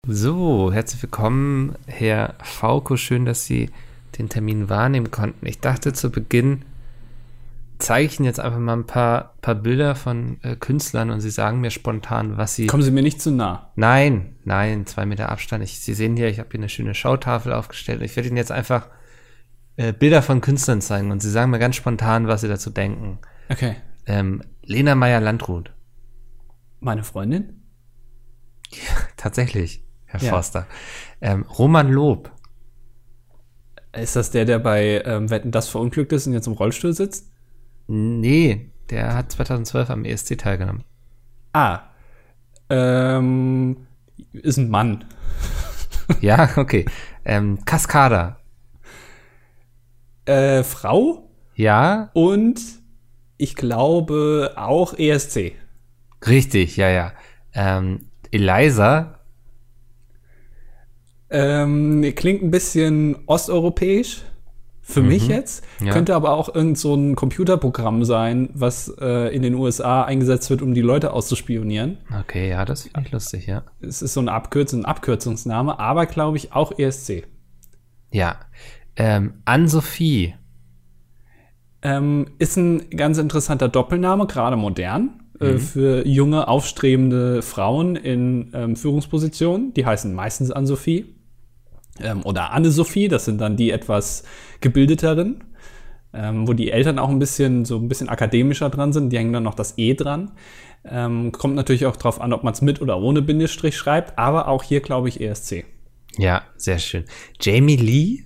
So, herzlich willkommen, Herr Fauko. Schön, dass Sie den Termin wahrnehmen konnten. Ich dachte zu Beginn, zeige ich Ihnen jetzt einfach mal ein paar Bilder von Künstlern und Sie sagen mir spontan, was Sie... Kommen Sie mir nicht zu nah. Nein, 2 Meter Abstand. Sie sehen hier, ich habe hier eine schöne Schautafel aufgestellt. Ich werde Ihnen jetzt einfach Bilder von Künstlern zeigen und Sie sagen mir ganz spontan, was Sie dazu denken. Okay. Lena Meyer-Landrut. Meine Freundin? Ja, tatsächlich, Herr Ja. Forster. Roman Lob. Ist das der bei Wetten, das verunglückt ist und jetzt im Rollstuhl sitzt? Nee, der hat 2012 am ESC teilgenommen. Ist ein Mann. Ja, okay. Cascada. Frau Ja, und ich glaube auch ESC. richtig, ja. Eliza. Klingt ein bisschen osteuropäisch für mich jetzt. Ja. Könnte aber auch irgend so ein Computerprogramm sein, was in den USA eingesetzt wird, um die Leute auszuspionieren. Okay, ja, das finde ich lustig, ja. Es ist so ein Abkürzungsname, aber glaube ich auch ESC. Ja. Anne-Sophie. Ist ein ganz interessanter Doppelname, gerade modern, für junge, aufstrebende Frauen in Führungspositionen. Die heißen meistens Anne-Sophie oder Anne-Sophie, das sind dann die etwas gebildeteren, wo die Eltern auch ein bisschen akademischer dran sind, die hängen dann noch das E dran. Kommt natürlich auch drauf an, ob man es mit oder ohne Bindestrich schreibt, aber auch hier glaube ich ESC. Ja, sehr schön. Jamie Lee.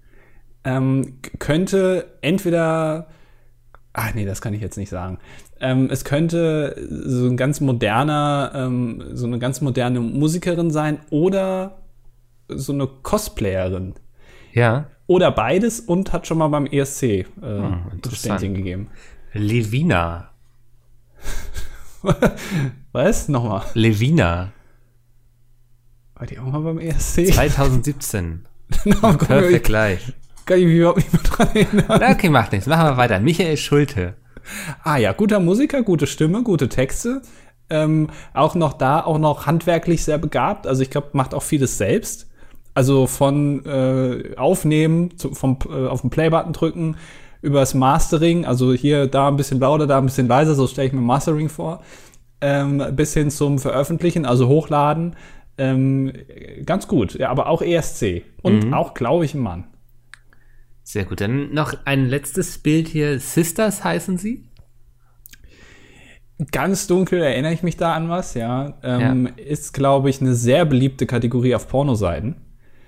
Könnte entweder, das kann ich jetzt nicht sagen. Es könnte so eine ganz moderne Musikerin sein oder so eine Cosplayerin. Ja. Oder beides und hat schon mal beim ESC interessant. Ständchen gegeben. Levina. Was? Nochmal. Levina. War die auch mal beim ESC? 2017. Perfekt Perfekt gleich. Kann ich mich überhaupt nicht mehr dran erinnern. Na, okay, macht nichts. Machen wir weiter. Michael Schulte. Ja, guter Musiker, gute Stimme, gute Texte. Auch noch handwerklich sehr begabt. Also ich glaube, macht auch vieles selbst. Also von Aufnehmen, auf den Play-Button drücken, über das Mastering, also hier, da ein bisschen lauter, da ein bisschen leiser, so stelle ich mir Mastering vor. Bis hin zum Veröffentlichen, also hochladen. Ganz gut, ja, aber auch ESC. Und auch, glaube ich, ein Mann. Sehr gut. Dann noch ein letztes Bild hier. Sisters heißen sie? Ganz dunkel erinnere ich mich da an was, ja. Ist, glaube ich, eine sehr beliebte Kategorie auf Pornoseiten.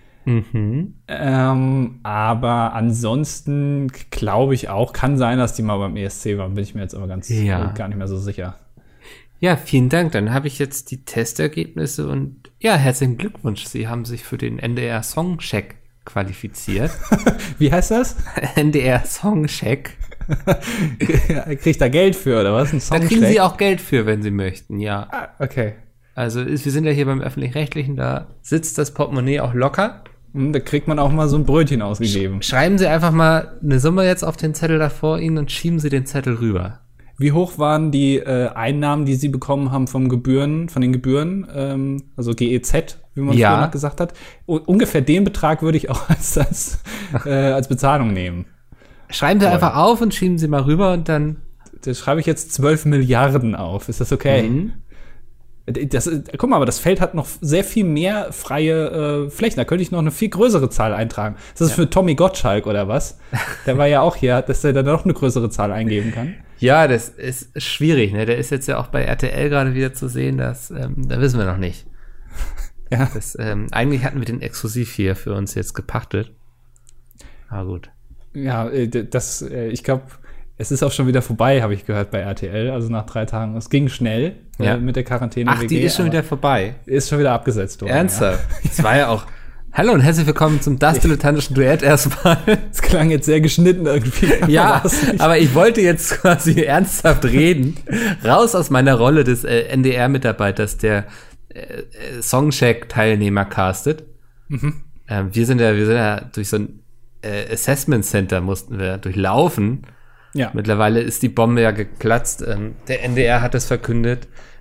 Aber ansonsten glaube ich auch, kann sein, dass die mal beim ESC waren, bin ich mir jetzt aber gar nicht mehr so sicher. Ja, vielen Dank. Dann habe ich jetzt die Testergebnisse und ja, herzlichen Glückwunsch. Sie haben sich für den NDR Songcheck qualifiziert. Wie heißt das? NDR Songcheck. Kriegt da Geld für, oder was? Ein Da Songcheck? kriegen Sie auch Geld für, wenn Sie möchten, ja. Okay. Also wir sind ja hier beim Öffentlich-Rechtlichen, da sitzt das Portemonnaie auch locker. Da kriegt man auch mal so ein Brötchen ausgegeben. Schreiben Sie einfach mal eine Summe jetzt auf den Zettel da vor Ihnen und schieben Sie den Zettel rüber. Wie hoch waren die Einnahmen, die Sie bekommen haben von den Gebühren, also GEZ, wie man früher noch gesagt hat? Ungefähr den Betrag würde ich auch als Bezahlung nehmen. Schreiben Sie einfach auf und schieben Sie mal rüber und dann... Das schreibe ich jetzt 12 Milliarden auf. Ist das okay? Guck mal, aber das Feld hat noch sehr viel mehr freie Flächen. Da könnte ich noch eine viel größere Zahl eintragen. Ist das für Tommy Gottschalk oder was? Der war ja auch hier, dass der dann noch eine größere Zahl eingeben kann. Ja, das ist schwierig, ne? Der ist jetzt ja auch bei RTL gerade wieder zu sehen, da wissen wir noch nicht. Ja. Eigentlich hatten wir den exklusiv hier für uns jetzt gepachtet. Aber gut. Ja, ich glaube, es ist auch schon wieder vorbei, habe ich gehört bei RTL, also nach 3 Tagen. Es ging schnell mit der Quarantäne. Ach, die ist schon wieder vorbei? Ist schon wieder abgesetzt worden. Ernsthaft? Ja. Das war ja auch... Hallo und herzlich willkommen zum Das Dilettantischen Duett erstmal. Es klang jetzt sehr geschnitten irgendwie. Ja, aber ich wollte jetzt quasi ernsthaft reden. Raus aus meiner Rolle des NDR-Mitarbeiters, der Songcheck-Teilnehmer castet. Wir sind ja durch so ein Assessment Center mussten wir durchlaufen. Ja. Mittlerweile ist die Bombe ja geplatzt. Der NDR hat es verkündet.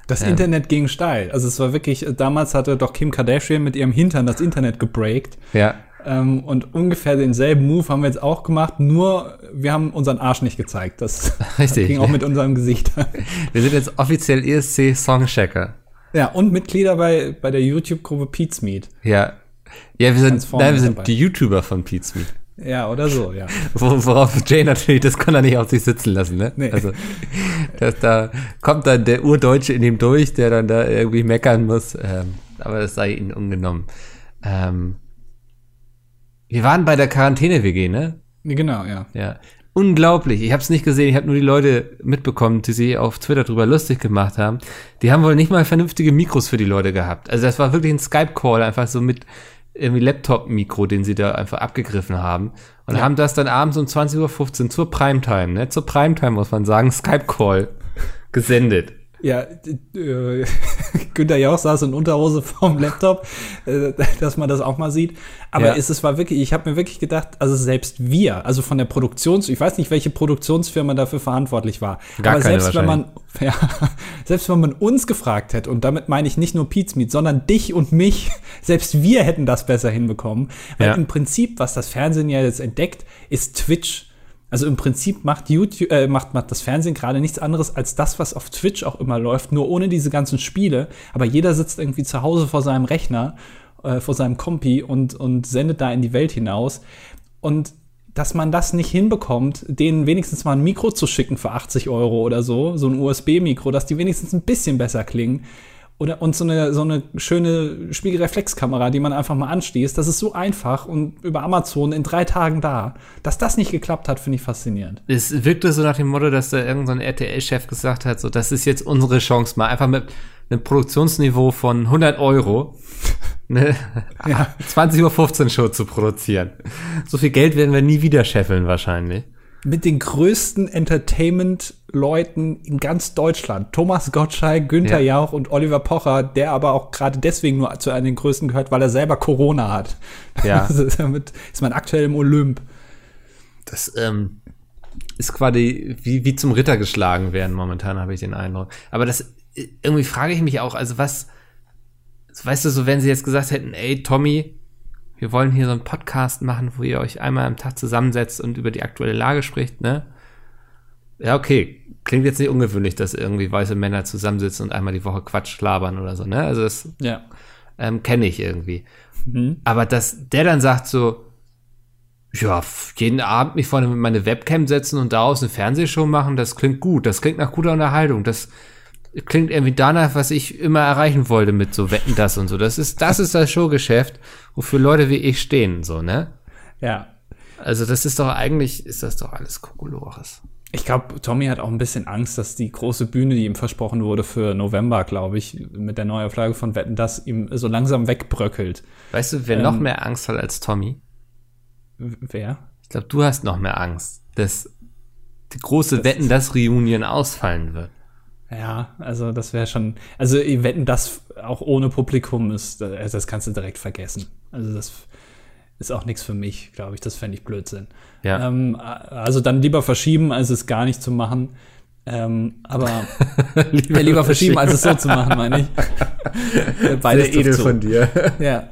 Das Internet ging steil. Also es war wirklich, damals hatte doch Kim Kardashian mit ihrem Hintern das Internet gebreakt. Ja. Und ungefähr denselben Move haben wir jetzt auch gemacht, nur wir haben unseren Arsch nicht gezeigt. Das Richtig. ging auch mit unserem Gesicht. Wir sind jetzt offiziell ESC Songchecker. Ja, und Mitglieder bei der YouTube-Gruppe Pete's Meat. Ja. Ja, wir sind die YouTuber von Pete's Meat. Ja, oder so, ja. Worauf Jay natürlich, das kann er nicht auf sich sitzen lassen, ne? Nee. Also, da kommt dann der Urdeutsche in ihm durch, der dann da irgendwie meckern muss. Aber das sei ihnen ungenommen. Wir waren bei der Quarantäne-WG, ne? Genau, ja. Ja. Unglaublich. Ich habe es nicht gesehen. Ich habe nur die Leute mitbekommen, die sich auf Twitter drüber lustig gemacht haben. Die haben wohl nicht mal vernünftige Mikros für die Leute gehabt. Also das war wirklich ein Skype-Call, einfach so mit irgendwie Laptop-Mikro, den sie da einfach abgegriffen haben. Und haben das dann abends um 20:15 Uhr zur Primetime, ne? Zur Primetime, muss man sagen, Skype-Call gesendet. Ja, Günther Jauch saß in Unterhose vorm Laptop, dass man das auch mal sieht. Aber es war wirklich, ich habe mir wirklich gedacht, also selbst wir, also von der ich weiß nicht, welche Produktionsfirma dafür verantwortlich war. Gar aber keine selbst wenn man uns gefragt hätte, und damit meine ich nicht nur Pete's Meat, sondern dich und mich, selbst wir hätten das besser hinbekommen. Weil im Prinzip, was das Fernsehen ja jetzt entdeckt, ist Twitch. Also im Prinzip macht das Fernsehen gerade nichts anderes als das, was auf Twitch auch immer läuft, nur ohne diese ganzen Spiele. Aber jeder sitzt irgendwie zu Hause vor seinem Rechner, vor seinem Kompi und sendet da in die Welt hinaus. Und dass man das nicht hinbekommt, denen wenigstens mal ein Mikro zu schicken für 80 € oder so ein USB-Mikro, dass die wenigstens ein bisschen besser klingen. Und so eine schöne Spiegelreflexkamera, die man einfach mal anschließt. Das ist so einfach und über Amazon in 3 Tagen da. Dass das nicht geklappt hat, finde ich faszinierend. Es wirkte so nach dem Motto, dass da irgendein RTL-Chef gesagt hat, so, das ist jetzt unsere Chance, mal einfach mit einem Produktionsniveau von 100 € eine 20:15 Uhr Show zu produzieren. So viel Geld werden wir nie wieder scheffeln wahrscheinlich. Mit den größten Entertainment-Leuten in ganz Deutschland. Thomas Gottschalk, Günther Jauch und Oliver Pocher, der aber auch gerade deswegen nur zu einem den größten gehört, weil er selber Corona hat. Ja. Damit ist man aktuell im Olymp. Das ist quasi wie zum Ritter geschlagen werden momentan, habe ich den Eindruck. Aber das irgendwie frage ich mich auch, also was, weißt du, so wenn sie jetzt gesagt hätten, ey Tommy, wir wollen hier so einen Podcast machen, wo ihr euch einmal am Tag zusammensetzt und über die aktuelle Lage spricht, ne? Ja, okay. Klingt jetzt nicht ungewöhnlich, dass irgendwie weiße Männer zusammensitzen und einmal die Woche Quatsch labern oder so, ne? Also das kenne ich irgendwie. Mhm. Aber dass der dann sagt so, ja, jeden Abend mich vor meine Webcam setzen und daraus eine Fernsehshow machen, das klingt gut. Das klingt nach guter Unterhaltung. Das klingt irgendwie danach, was ich immer erreichen wollte mit so Wetten, das und so. Das ist das Showgeschäft, wofür Leute wie ich stehen, so, ne? Ja. Also das ist doch alles Kokolores. Ich glaube, Tommy hat auch ein bisschen Angst, dass die große Bühne, die ihm versprochen wurde für November, glaube ich, mit der Neuauflage von Wetten, das ihm so langsam wegbröckelt. Weißt du, wer noch mehr Angst hat als Tommy? Wer? Ich glaube, du hast noch mehr Angst, dass die große Wetten, das Reunion ausfallen wird. Ja, also das wäre schon, also Wetten, das auch ohne Publikum ist, das kannst du direkt vergessen. Also das ist auch nichts für mich, glaube ich, das fände ich Blödsinn. Ja. Also dann lieber verschieben, als es gar nicht zu machen. Aber lieber verschieben, als es so zu machen, meine ich. Beides sehr edel von dir. Ja.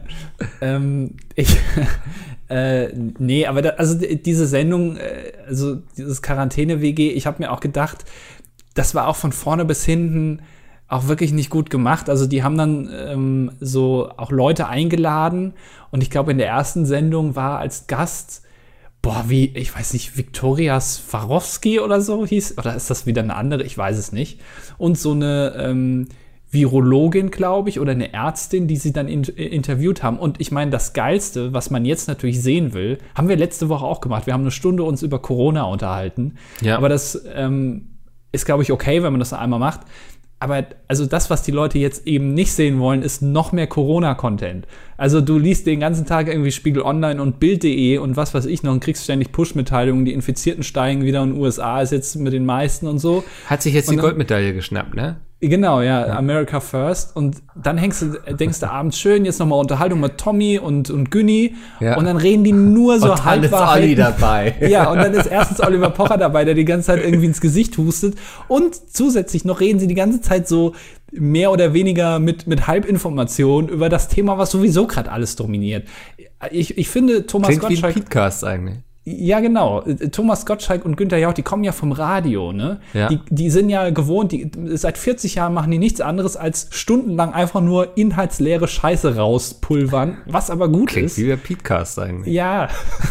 Nee, aber also diese Sendung, also dieses Quarantäne-WG, ich habe mir auch gedacht, das war auch von vorne bis hinten auch wirklich nicht gut gemacht. Also die haben dann so auch Leute eingeladen und ich glaube in der ersten Sendung war als Gast, ich weiß nicht, Viktoria Swarovski oder so hieß, oder ist das wieder eine andere? Ich weiß es nicht. Und so eine Virologin, glaube ich, oder eine Ärztin, die sie dann interviewt haben. Und ich meine, das Geilste, was man jetzt natürlich sehen will, haben wir letzte Woche auch gemacht. Wir haben eine Stunde uns über Corona unterhalten. Ja. Aber das ist, glaube ich, okay, wenn man das einmal macht. Aber also das, was die Leute jetzt eben nicht sehen wollen, ist noch mehr Corona-Content. Also du liest den ganzen Tag irgendwie Spiegel Online und Bild.de und was weiß ich noch und kriegst ständig Push-Mitteilungen, die Infizierten steigen wieder und USA ist jetzt mit den meisten und so. Hat sich jetzt die Goldmedaille geschnappt, ne? Genau, ja, America First. Und dann denkst du abends schön, jetzt nochmal Unterhaltung mit Tommy und Günni. Ja. Und dann reden die nur so und dann ist Halbwahrheiten. Olli dabei. Ja, und dann ist erstens Oliver Pocher dabei, der die ganze Zeit irgendwie ins Gesicht hustet. Und zusätzlich noch reden sie die ganze Zeit so mehr oder weniger mit Halbinformationen über das Thema, was sowieso gerade alles dominiert. Ich finde, Thomas Klingt Gottschalk... wie ein Podcast eigentlich. Ja, genau. Thomas Gottschalk und Günther Jauch, die kommen ja vom Radio, ne? Ja. Die sind ja gewohnt, seit 40 Jahren machen die nichts anderes, als stundenlang einfach nur inhaltsleere Scheiße rauspulvern, was aber gut Klingt ist. wie der Podcast eigentlich. Ja,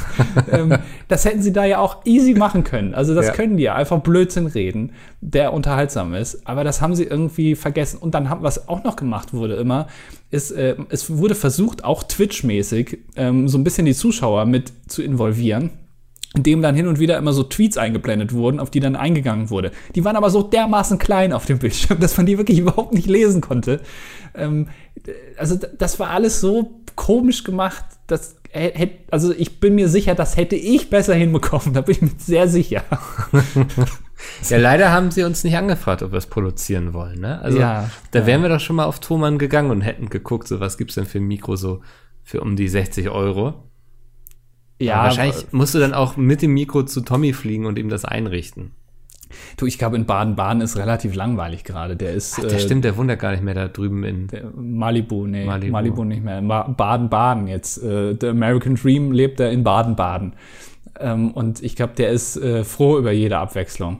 das hätten sie da ja auch easy machen können. Also das können die ja, einfach Blödsinn reden, der unterhaltsam ist. Aber das haben sie irgendwie vergessen. Und dann was auch noch gemacht wurde immer, ist, es wurde versucht, auch Twitch-mäßig, so ein bisschen die Zuschauer mit zu involvieren, indem dann hin und wieder immer so Tweets eingeblendet wurden, auf die dann eingegangen wurde. Die waren aber so dermaßen klein auf dem Bildschirm, dass man die wirklich überhaupt nicht lesen konnte. Also das war alles so komisch gemacht, also ich bin mir sicher, das hätte ich besser hinbekommen, da bin ich mir sehr sicher. Ja, leider haben sie uns nicht angefragt, ob wir es produzieren wollen, ne? Also Ja, da wären wir doch schon mal auf Thomann gegangen und hätten geguckt, so was gibt's denn für ein Mikro so für um die 60 €. Ja, aber wahrscheinlich musst du dann auch mit dem Mikro zu Tommy fliegen und ihm das einrichten. Du, ich glaube, in Baden-Baden ist relativ langweilig gerade. Der ist. Ach, der stimmt, der wohnt ja gar nicht mehr da drüben in Malibu nicht mehr. In Baden-Baden jetzt. The American Dream lebt er in Baden-Baden. Und ich glaube, der ist froh über jede Abwechslung.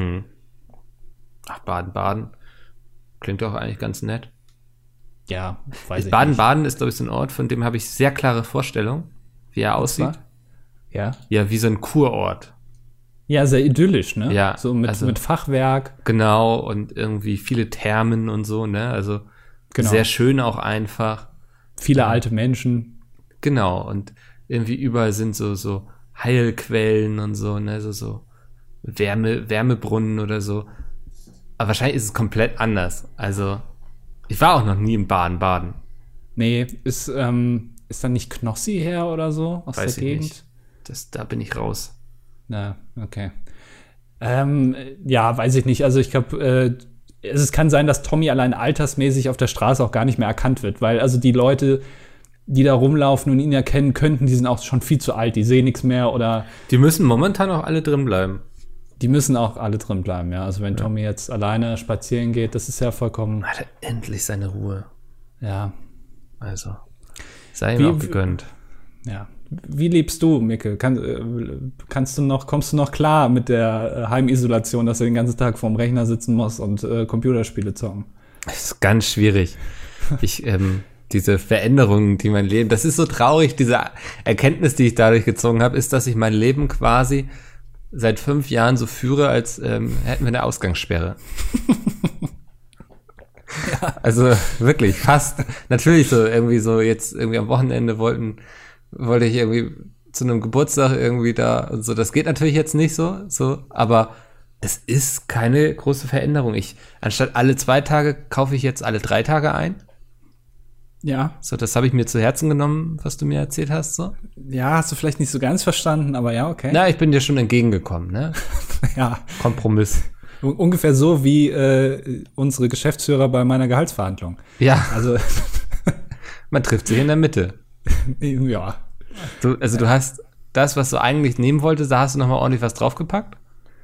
Ach, Baden-Baden. Klingt doch eigentlich ganz nett. Ja, weiß ich Baden-Baden ist, glaube ich, so ein Ort, von dem habe ich sehr klare Vorstellungen, wie er aussieht. Ja. Ja, wie so ein Kurort. Ja, sehr idyllisch, ne? Ja, so mit Fachwerk. Genau, und irgendwie viele Thermen und so, ne? Also Genau. sehr schön auch einfach. Viele alte Menschen. Genau, und irgendwie überall sind so Heilquellen und so, ne? So Wärmebrunnen oder so. Aber wahrscheinlich ist es komplett anders. Also, ich war auch noch nie in Baden-Baden. Nee, ist dann nicht Knossi her oder so aus Weiß der ich Gegend? nicht. Da bin ich raus. Na, okay. Ja, weiß ich nicht. Also ich glaube, es kann sein, dass Tommy allein altersmäßig auf der Straße auch gar nicht mehr erkannt wird, weil also die Leute, die da rumlaufen und ihn erkennen könnten, die sind auch schon viel zu alt, die sehen nichts mehr oder Die müssen momentan auch alle drin bleiben. die müssen auch alle drin bleiben, ja. Also wenn Tommy jetzt alleine spazieren geht, das ist ja vollkommen, Hat er endlich seine Ruhe. ja, Also, sei ihm auch gegönnt. ja. Wie lebst du, Micke? Kommst du noch klar mit der Heimisolation, dass du den ganzen Tag vorm Rechner sitzen musst und Computerspiele zocken? Das ist ganz schwierig. Diese Veränderungen, die mein Leben, das ist so traurig, diese Erkenntnis, die ich dadurch gezogen habe, ist, dass ich mein Leben quasi seit 5 Jahren so führe, als hätten wir eine Ausgangssperre. Ja. Also wirklich, fast. Natürlich so irgendwie so jetzt irgendwie am Wochenende wollte ich irgendwie zu einem Geburtstag irgendwie da und so. Das geht natürlich jetzt nicht so, aber es ist keine große Veränderung. Anstatt alle 2 Tage kaufe ich jetzt alle 3 Tage ein. Ja. So, das habe ich mir zu Herzen genommen, was du mir erzählt hast, so. Ja, hast du vielleicht nicht so ganz verstanden, aber ja, okay. Na, ich bin dir schon entgegengekommen, ne? Ja. Kompromiss. Ungefähr so wie unsere Geschäftsführer bei meiner Gehaltsverhandlung. Ja. Also, man trifft sich in der Mitte. ja. Du hast das, was du eigentlich nehmen wolltest, da hast du nochmal ordentlich was draufgepackt?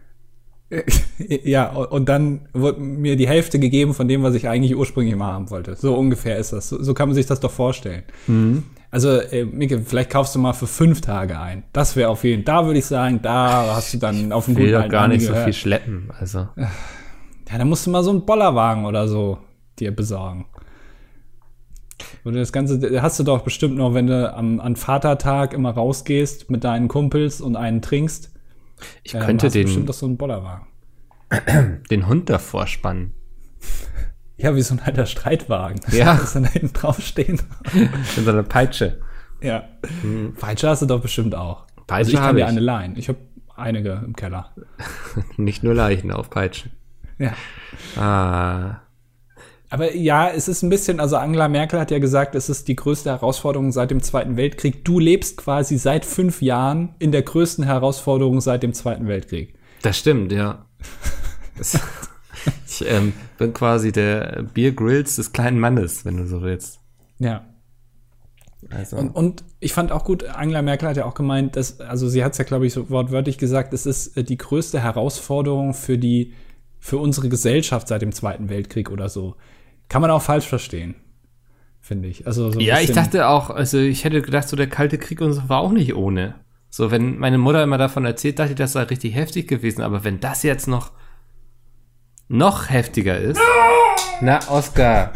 Ja, und dann wurde mir die Hälfte gegeben von dem, was ich eigentlich ursprünglich mal haben wollte. So ungefähr ist das. So kann man sich das doch vorstellen. Mhm. Also, Micke, vielleicht kaufst du mal für 5 Tage ein. Das wäre auf jeden Fall, da würde ich sagen, da hast du dann auf dem guten Ich will doch gar nicht so gehört. viel schleppen, also. Ja, dann musst du mal so einen Bollerwagen oder so dir besorgen. Oder das Ganze hast du doch bestimmt noch, wenn du an Vatertag immer rausgehst mit deinen Kumpels und einen trinkst. Ich könnte bestimmt doch so einen Bollerwagen. Den Hund davor spannen. Ja, wie so ein alter Streitwagen. Ja. Das dann da hinten draufstehen. In so einer Peitsche. Ja. Peitsche hast du doch bestimmt auch. Peitsche also ich kann habe dir ich. eine leihen. Ich habe einige im Keller. Nicht nur Leichen auf Peitschen. Ja. Ah. Aber ja, es ist ein bisschen, also Angela Merkel hat ja gesagt, es ist die größte Herausforderung seit dem Zweiten Weltkrieg. Du lebst quasi seit 5 Jahren in der größten Herausforderung seit dem Zweiten Weltkrieg. Das stimmt, ja. Ich bin quasi der Bear Grylls des kleinen Mannes, wenn du so willst. Ja. Also. Und ich fand auch gut, Angela Merkel hat ja auch gemeint, dass, also sie hat es ja, glaube ich, so wortwörtlich gesagt, es ist die größte Herausforderung für unsere Gesellschaft seit dem Zweiten Weltkrieg oder so. Kann man auch falsch verstehen, finde ich. Also so ja, ich dachte auch, also ich hätte gedacht, so der Kalte Krieg und so war auch nicht ohne. So, wenn meine Mutter immer davon erzählt, dachte ich, das sei richtig heftig gewesen. Aber wenn das jetzt noch heftiger ist. Na, Oscar.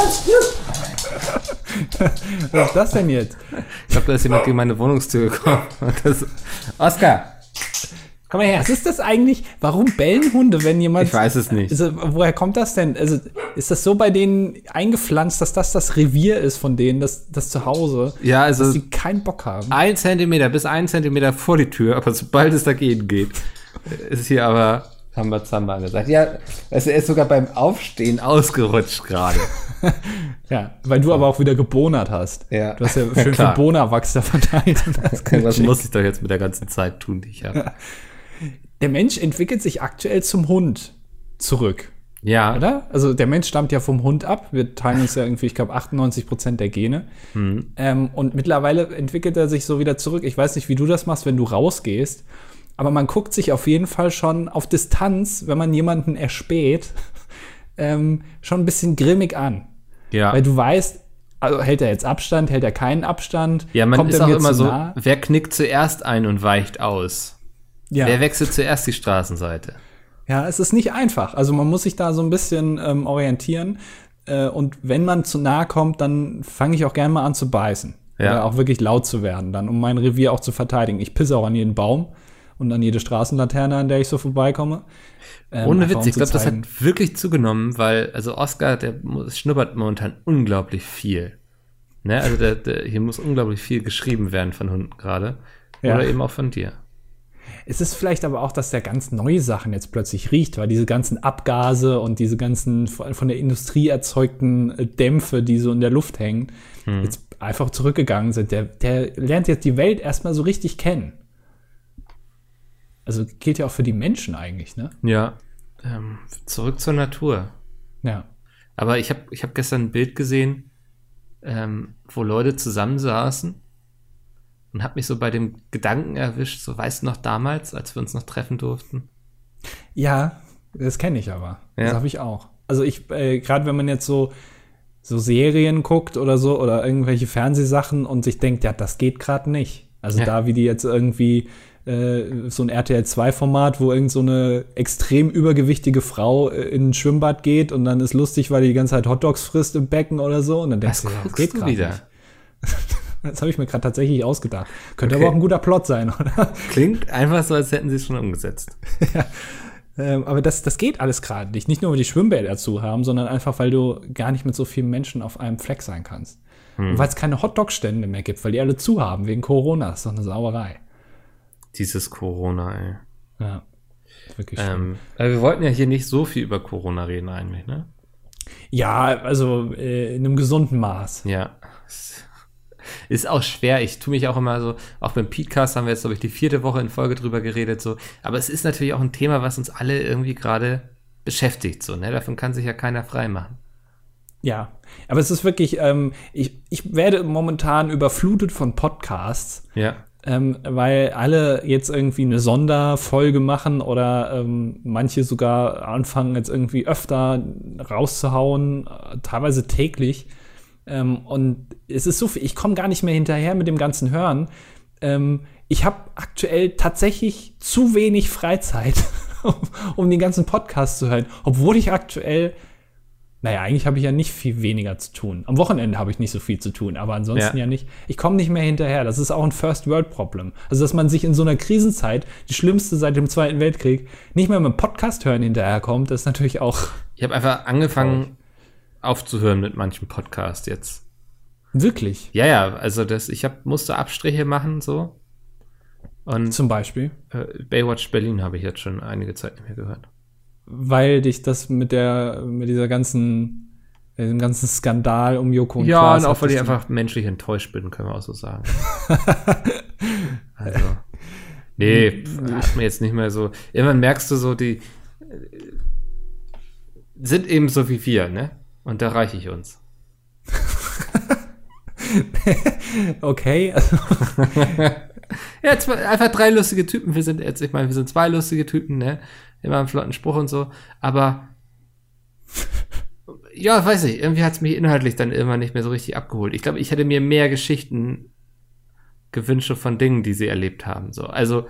Was ist das denn jetzt? Ich glaube, da ist jemand gegen meine Wohnungstür gekommen. Oscar, komm mal her. Was ist das eigentlich? Warum bellen Hunde, wenn jemand... Ich weiß es nicht. Also, woher kommt das denn? Also, ist das so bei denen eingepflanzt, dass das Revier ist von denen, das Zuhause? Ja, also... Dass sie keinen Bock haben? 1 Zentimeter bis 1 Zentimeter vor die Tür, aber sobald es dagegen geht, ist hier aber Rambazamba angesagt. Ja, also er ist sogar beim Aufstehen ausgerutscht gerade. Ja, weil du aber auch wieder gebonert hast. Ja. Du hast ja schön viel Bonawachs da verteilt. Was muss ich doch jetzt mit der ganzen Zeit tun, die ich habe? Der Mensch entwickelt sich aktuell zum Hund zurück. Ja. Oder? Also der Mensch stammt ja vom Hund ab. Wir teilen uns ja irgendwie, ich glaube, 98% der Gene. Und mittlerweile entwickelt er sich so wieder zurück. Ich weiß nicht, wie du das machst, wenn du rausgehst. Aber man guckt sich auf jeden Fall schon auf Distanz, wenn man jemanden erspäht, schon ein bisschen grimmig an. Ja. Weil du weißt, also hält er jetzt Abstand, hält er keinen Abstand? Ja, man kommt ist er auch mir immer zu so, nah? wer knickt zuerst ein und weicht aus? Ja. Wer wechselt zuerst die Straßenseite? Ja, es ist nicht einfach. Also man muss sich da so ein bisschen orientieren. Und wenn man zu nahe kommt, dann fange ich auch gerne mal an zu beißen. Ja. Oder auch wirklich laut zu werden, dann, um mein Revier auch zu verteidigen. Ich pisse auch an jeden Baum und an jede Straßenlaterne, an der ich so vorbeikomme. Ohne Witz, ich glaube, das hat wirklich zugenommen, weil, also Oscar, der schnuppert momentan unglaublich viel. Ne? Also hier muss unglaublich viel geschrieben werden von Hunden gerade. Ja. Oder eben auch von dir. Es ist vielleicht aber auch, dass der ganz neue Sachen jetzt plötzlich riecht, weil diese ganzen Abgase und diese ganzen von der Industrie erzeugten Dämpfe, die so in der Luft hängen, jetzt einfach zurückgegangen sind. Der lernt jetzt die Welt erstmal so richtig kennen. Also gilt ja auch für die Menschen eigentlich, ne? Ja, zurück zur Natur. Ja. Aber ich hab gestern ein Bild gesehen, wo Leute zusammensaßen und hab mich so bei dem Gedanken erwischt, so weißt du noch damals, als wir uns noch treffen durften? Ja, das kenne ich aber. Ja. Das habe ich auch. Also ich, gerade wenn man jetzt so Serien guckt oder so oder irgendwelche Fernsehsachen und sich denkt, ja, das geht gerade nicht. Also da, wie die jetzt irgendwie so ein RTL-2-Format, wo irgend so eine extrem übergewichtige Frau in ein Schwimmbad geht und dann ist lustig, weil die ganze Zeit Hotdogs frisst im Becken oder so. Und dann denkst du, das geht gerade nicht. Das habe ich mir gerade tatsächlich ausgedacht. Könnte aber auch ein guter Plot sein, oder? Klingt einfach so, als hätten sie es schon umgesetzt. Ja. Aber das geht alles gerade nicht. Nicht nur, weil die Schwimmbäder zu haben, sondern einfach, weil du gar nicht mit so vielen Menschen auf einem Fleck sein kannst. Und weil es keine Hotdog-Stände mehr gibt, weil die alle zu haben wegen Corona. Das ist doch eine Sauerei. Dieses Corona, ey. Ja, wirklich schlimm. Wir wollten ja hier nicht so viel über Corona reden eigentlich, ne? Ja, also in einem gesunden Maß. Ja. Ist auch schwer. Ich tue mich auch immer so, auch beim Podcast haben wir jetzt, glaube ich, die 4. Woche in Folge drüber geredet, so. Aber es ist natürlich auch ein Thema, was uns alle irgendwie gerade beschäftigt, so, ne? Davon kann sich ja keiner frei machen. Ja, aber es ist wirklich, ich werde momentan überflutet von Podcasts. Ja. Weil alle jetzt irgendwie eine Sonderfolge machen oder manche sogar anfangen jetzt irgendwie öfter rauszuhauen, teilweise täglich. Und es ist so viel, ich komme gar nicht mehr hinterher mit dem ganzen Hören. Ich habe aktuell tatsächlich zu wenig Freizeit, um den ganzen Podcast zu hören, obwohl ich aktuell eigentlich habe ich ja nicht viel weniger zu tun. Am Wochenende habe ich nicht so viel zu tun, aber ansonsten ja nicht. Ich komme nicht mehr hinterher. Das ist auch ein First-World-Problem. Also, dass man sich in so einer Krisenzeit, die schlimmste seit dem Zweiten Weltkrieg, nicht mehr mit dem Podcast hören hinterherkommt, das ist natürlich auch... Ich habe einfach angefangen aufzuhören mit manchen Podcasts jetzt. Wirklich? Ja, also musste Abstriche machen, so. Und zum Beispiel? Baywatch Berlin habe ich jetzt schon einige Zeit nicht mehr gehört. Weil dich das mit diesem ganzen Skandal um Joko und ja, Klaas... und auch weil ich einfach menschlich enttäuscht bin, können wir auch so sagen. Also, nee, hat mir jetzt nicht mehr so... Irgendwann merkst du so sind eben so wie wir, ne? Und da reiche ich uns. Okay. Also Ja, einfach 3 lustige Typen. Wir sind 2 lustige Typen, ne? Immer einen flotten Spruch und so. Aber ja, weiß ich, irgendwie hat es mich inhaltlich dann immer nicht mehr so richtig abgeholt. Ich glaube, ich hätte mir mehr Geschichten gewünscht von Dingen, die sie erlebt haben. So. Also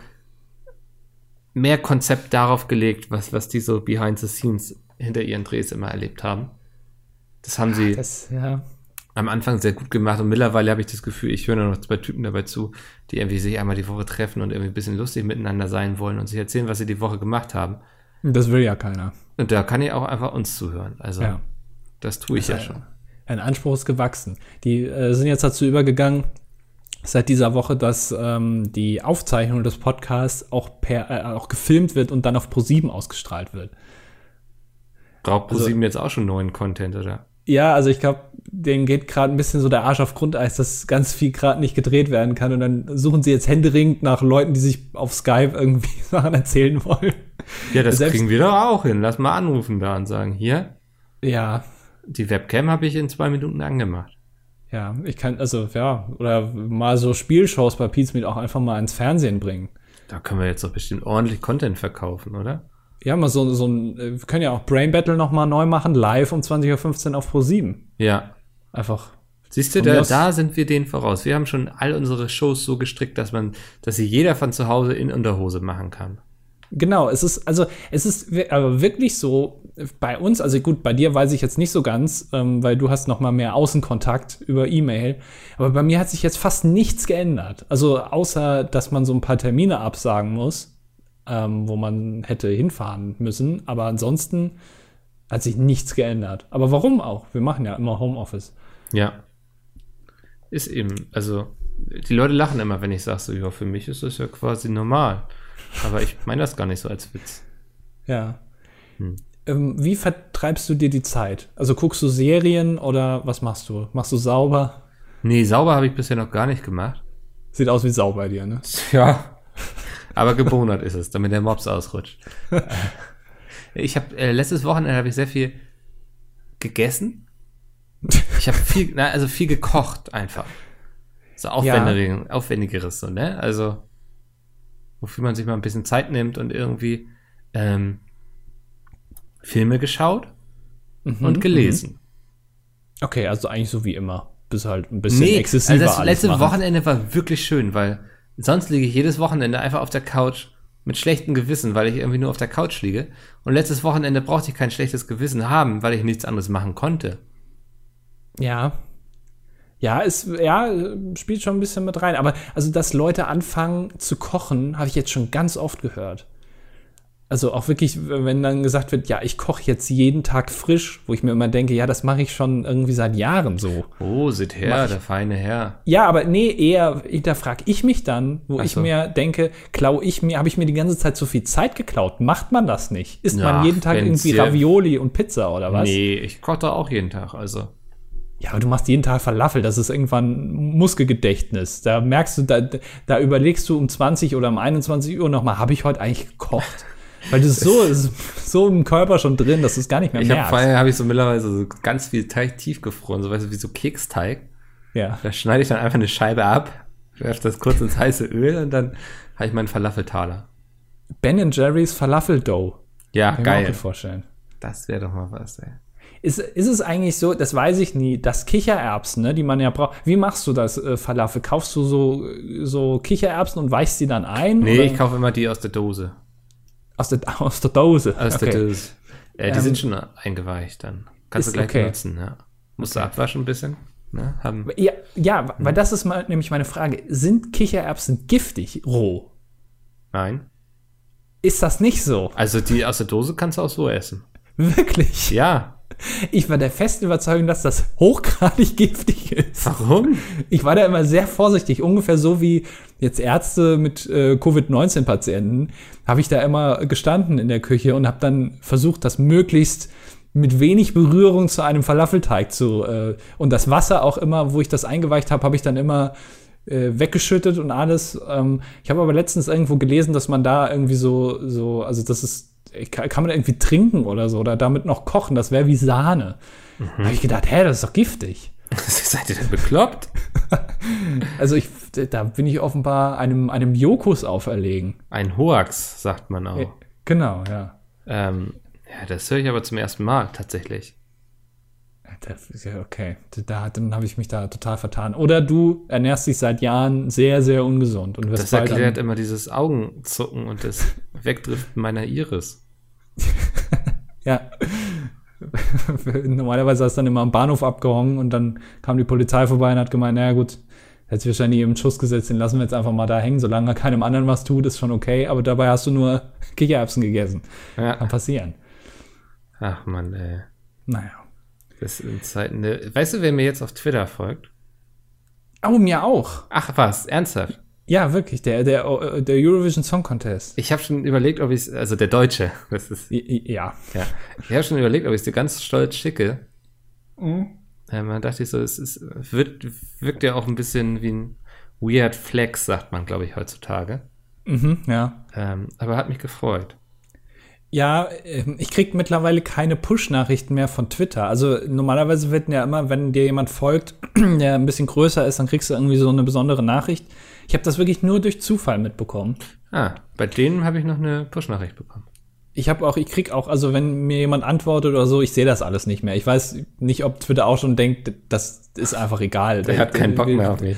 mehr Konzept darauf gelegt, was die so behind the scenes hinter ihren Drehs immer erlebt haben. Das haben sie am Anfang sehr gut gemacht und mittlerweile habe ich das Gefühl, ich höre nur noch 2 Typen dabei zu, die irgendwie sich einmal die Woche treffen und irgendwie ein bisschen lustig miteinander sein wollen und sich erzählen, was sie die Woche gemacht haben. Das will ja keiner. Und da kann ich auch einfach uns zuhören. Also das tue ich ja schon. Ein Anspruch ist gewachsen. Die sind jetzt dazu übergegangen, seit dieser Woche, dass die Aufzeichnung des Podcasts auch gefilmt wird und dann auf ProSieben ausgestrahlt wird. Braucht ProSieben jetzt auch schon neuen Content, oder? Ja, also ich glaube, denen geht gerade ein bisschen so der Arsch auf Grundeis, dass ganz viel gerade nicht gedreht werden kann. Und dann suchen sie jetzt händeringend nach Leuten, die sich auf Skype irgendwie Sachen erzählen wollen. Ja, das kriegen wir doch auch hin. Lass mal anrufen da und sagen, hier, ja, die Webcam habe ich in 2 Minuten angemacht. Ja, ich kann, oder mal so Spielshows bei Pizmeet auch einfach mal ins Fernsehen bringen. Da können wir jetzt doch bestimmt ordentlich Content verkaufen, oder? Ja, mal wir können ja auch Brain Battle noch mal neu machen, live um 20:15 Uhr auf ProSieben. Ja. Einfach. Siehst du, da sind wir denen voraus. Wir haben schon all unsere Shows so gestrickt, dass sie jeder von zu Hause in Unterhose machen kann. Genau, es ist aber wirklich so bei uns, also gut, bei dir weiß ich jetzt nicht so ganz, weil du hast noch mal mehr Außenkontakt über E-Mail, aber bei mir hat sich jetzt fast nichts geändert. Also außer, dass man so ein paar Termine absagen muss, wo man hätte hinfahren müssen, aber ansonsten hat sich nichts geändert. Aber warum auch? Wir machen ja immer Homeoffice. Ja. Ist eben, also die Leute lachen immer, wenn ich sage so, ja, für mich ist das ja quasi normal. Aber ich meine das gar nicht so als Witz. Ja. Wie vertreibst du dir die Zeit? Also guckst du Serien oder was machst du? Machst du sauber? Nee, sauber habe ich bisher noch gar nicht gemacht. Sieht aus wie Sau bei dir, ne? Ja. Aber gebonert ist es, damit der Mops ausrutscht. Ich habe letztes Wochenende habe ich sehr viel gegessen. Ich habe viel gekocht einfach. So aufwendigeres so, ne? Also wofür man sich mal ein bisschen Zeit nimmt und irgendwie Filme geschaut und gelesen. Okay, also eigentlich so wie immer. Bis halt ein bisschen exzessiver. Also das letzte Wochenende war wirklich schön, weil sonst liege ich jedes Wochenende einfach auf der Couch mit schlechtem Gewissen, weil ich irgendwie nur auf der Couch liege. Und letztes Wochenende brauchte ich kein schlechtes Gewissen haben, weil ich nichts anderes machen konnte. Ja. Ja, spielt schon ein bisschen mit rein. Aber also, dass Leute anfangen zu kochen, habe ich jetzt schon ganz oft gehört. Also auch wirklich, wenn dann gesagt wird, ja, ich koche jetzt jeden Tag frisch, wo ich mir immer denke, ja, das mache ich schon irgendwie seit Jahren so. Oh, seht her, der feine Herr. Ja, aber nee, eher hinterfrage ich mich dann, wo ich mir denke, habe ich mir die ganze Zeit so viel Zeit geklaut? Macht man das nicht? Isst man jeden Tag irgendwie Ravioli und Pizza oder was? Nee, ich koche da auch jeden Tag, also. Ja, aber du machst jeden Tag Falafel, das ist irgendwann Muskelgedächtnis. Da merkst du, da überlegst du um 20 oder um 21 Uhr nochmal, habe ich heute eigentlich gekocht? Weil das ist so im Körper schon drin, dass du es gar nicht mehr merkst. Vorher habe ich so mittlerweile so ganz viel Teig tiefgefroren, so weißt du, wie so Keksteig. Ja. Da schneide ich dann einfach eine Scheibe ab, werfe das kurz ins heiße Öl und dann habe ich meinen Falafeltaler. Ben & Jerry's Falafel-Dough. Ja, kann geil. Ich mir auch gut vorstellen. Das wäre doch mal was, ey. Ist es eigentlich so, das weiß ich nie, dass Kichererbsen, ne, die man ja braucht. Wie machst du das, Falafel? Kaufst du so Kichererbsen und weichst die dann ein? Nee, oder? Ich kaufe immer die aus der Dose. Aus der Dose? Aus der Dose. Die sind schon eingeweicht dann. Kannst du gleich benutzen, ja. Musst du abwaschen ein bisschen. Ne? Weil das ist nämlich meine Frage. Sind Kichererbsen giftig roh? Nein. Ist das nicht so? Also die aus der Dose kannst du auch so essen. Wirklich? Ja. Ich war der festen Überzeugung, dass das hochgradig giftig ist. Warum? Ich war da immer sehr vorsichtig. Ungefähr so wie jetzt Ärzte mit Covid-19-Patienten habe ich da immer gestanden in der Küche und habe dann versucht, das möglichst mit wenig Berührung zu einem Falafelteig und das Wasser auch immer, wo ich das eingeweicht habe, habe ich dann immer weggeschüttet und alles. Ich habe aber letztens irgendwo gelesen, dass man da irgendwie also dass es kann man irgendwie trinken oder so oder damit noch kochen, das wäre wie Sahne. Da habe ich gedacht, das ist doch giftig. Seid ihr denn bekloppt? Also da bin ich offenbar einem Jokus auferlegen. Ein Hoax, sagt man auch. Genau, ja. Ja, das höre ich aber zum ersten Mal, tatsächlich. Okay, dann habe ich mich da total vertan. Oder du ernährst dich seit Jahren sehr, sehr ungesund. Und das erklärt immer dieses Augenzucken und das Wegdriften meiner Iris. Ja. Normalerweise hast du dann immer am Bahnhof abgehangen und dann kam die Polizei vorbei und hat gemeint, naja gut, hätte sich wahrscheinlich eben Schuss gesetzt, den lassen wir jetzt einfach mal da hängen, solange er keinem anderen was tut, ist schon okay, aber dabei hast du nur Kichererbsen gegessen. Ja. Kann passieren. Ach Mann, ey. Naja. Das sind Zeiten. Weißt du, wer mir jetzt auf Twitter folgt? Oh, mir auch. Ach was, ernsthaft? Ja, wirklich, der Eurovision Song Contest. Ich habe schon überlegt, ob ich also der Deutsche, das ist. Ja. Ich habe schon überlegt, ob ich es dir ganz stolz schicke. Man dachte ich so, wirkt ja auch ein bisschen wie ein Weird Flex, sagt man, glaube ich, heutzutage. Ja. Aber hat mich gefreut. Ja, ich krieg mittlerweile keine Push-Nachrichten mehr von Twitter. Also normalerweise wird ja immer, wenn dir jemand folgt, der ein bisschen größer ist, dann kriegst du irgendwie so eine besondere Nachricht. Ich habe das wirklich nur durch Zufall mitbekommen. Bei denen habe ich noch eine Push-Nachricht bekommen. Ich krieg auch, also wenn mir jemand antwortet oder so, ich sehe das alles nicht mehr. Ich weiß nicht, ob Twitter auch schon denkt, das ist einfach egal. Der hat keinen Bock mehr auf mich.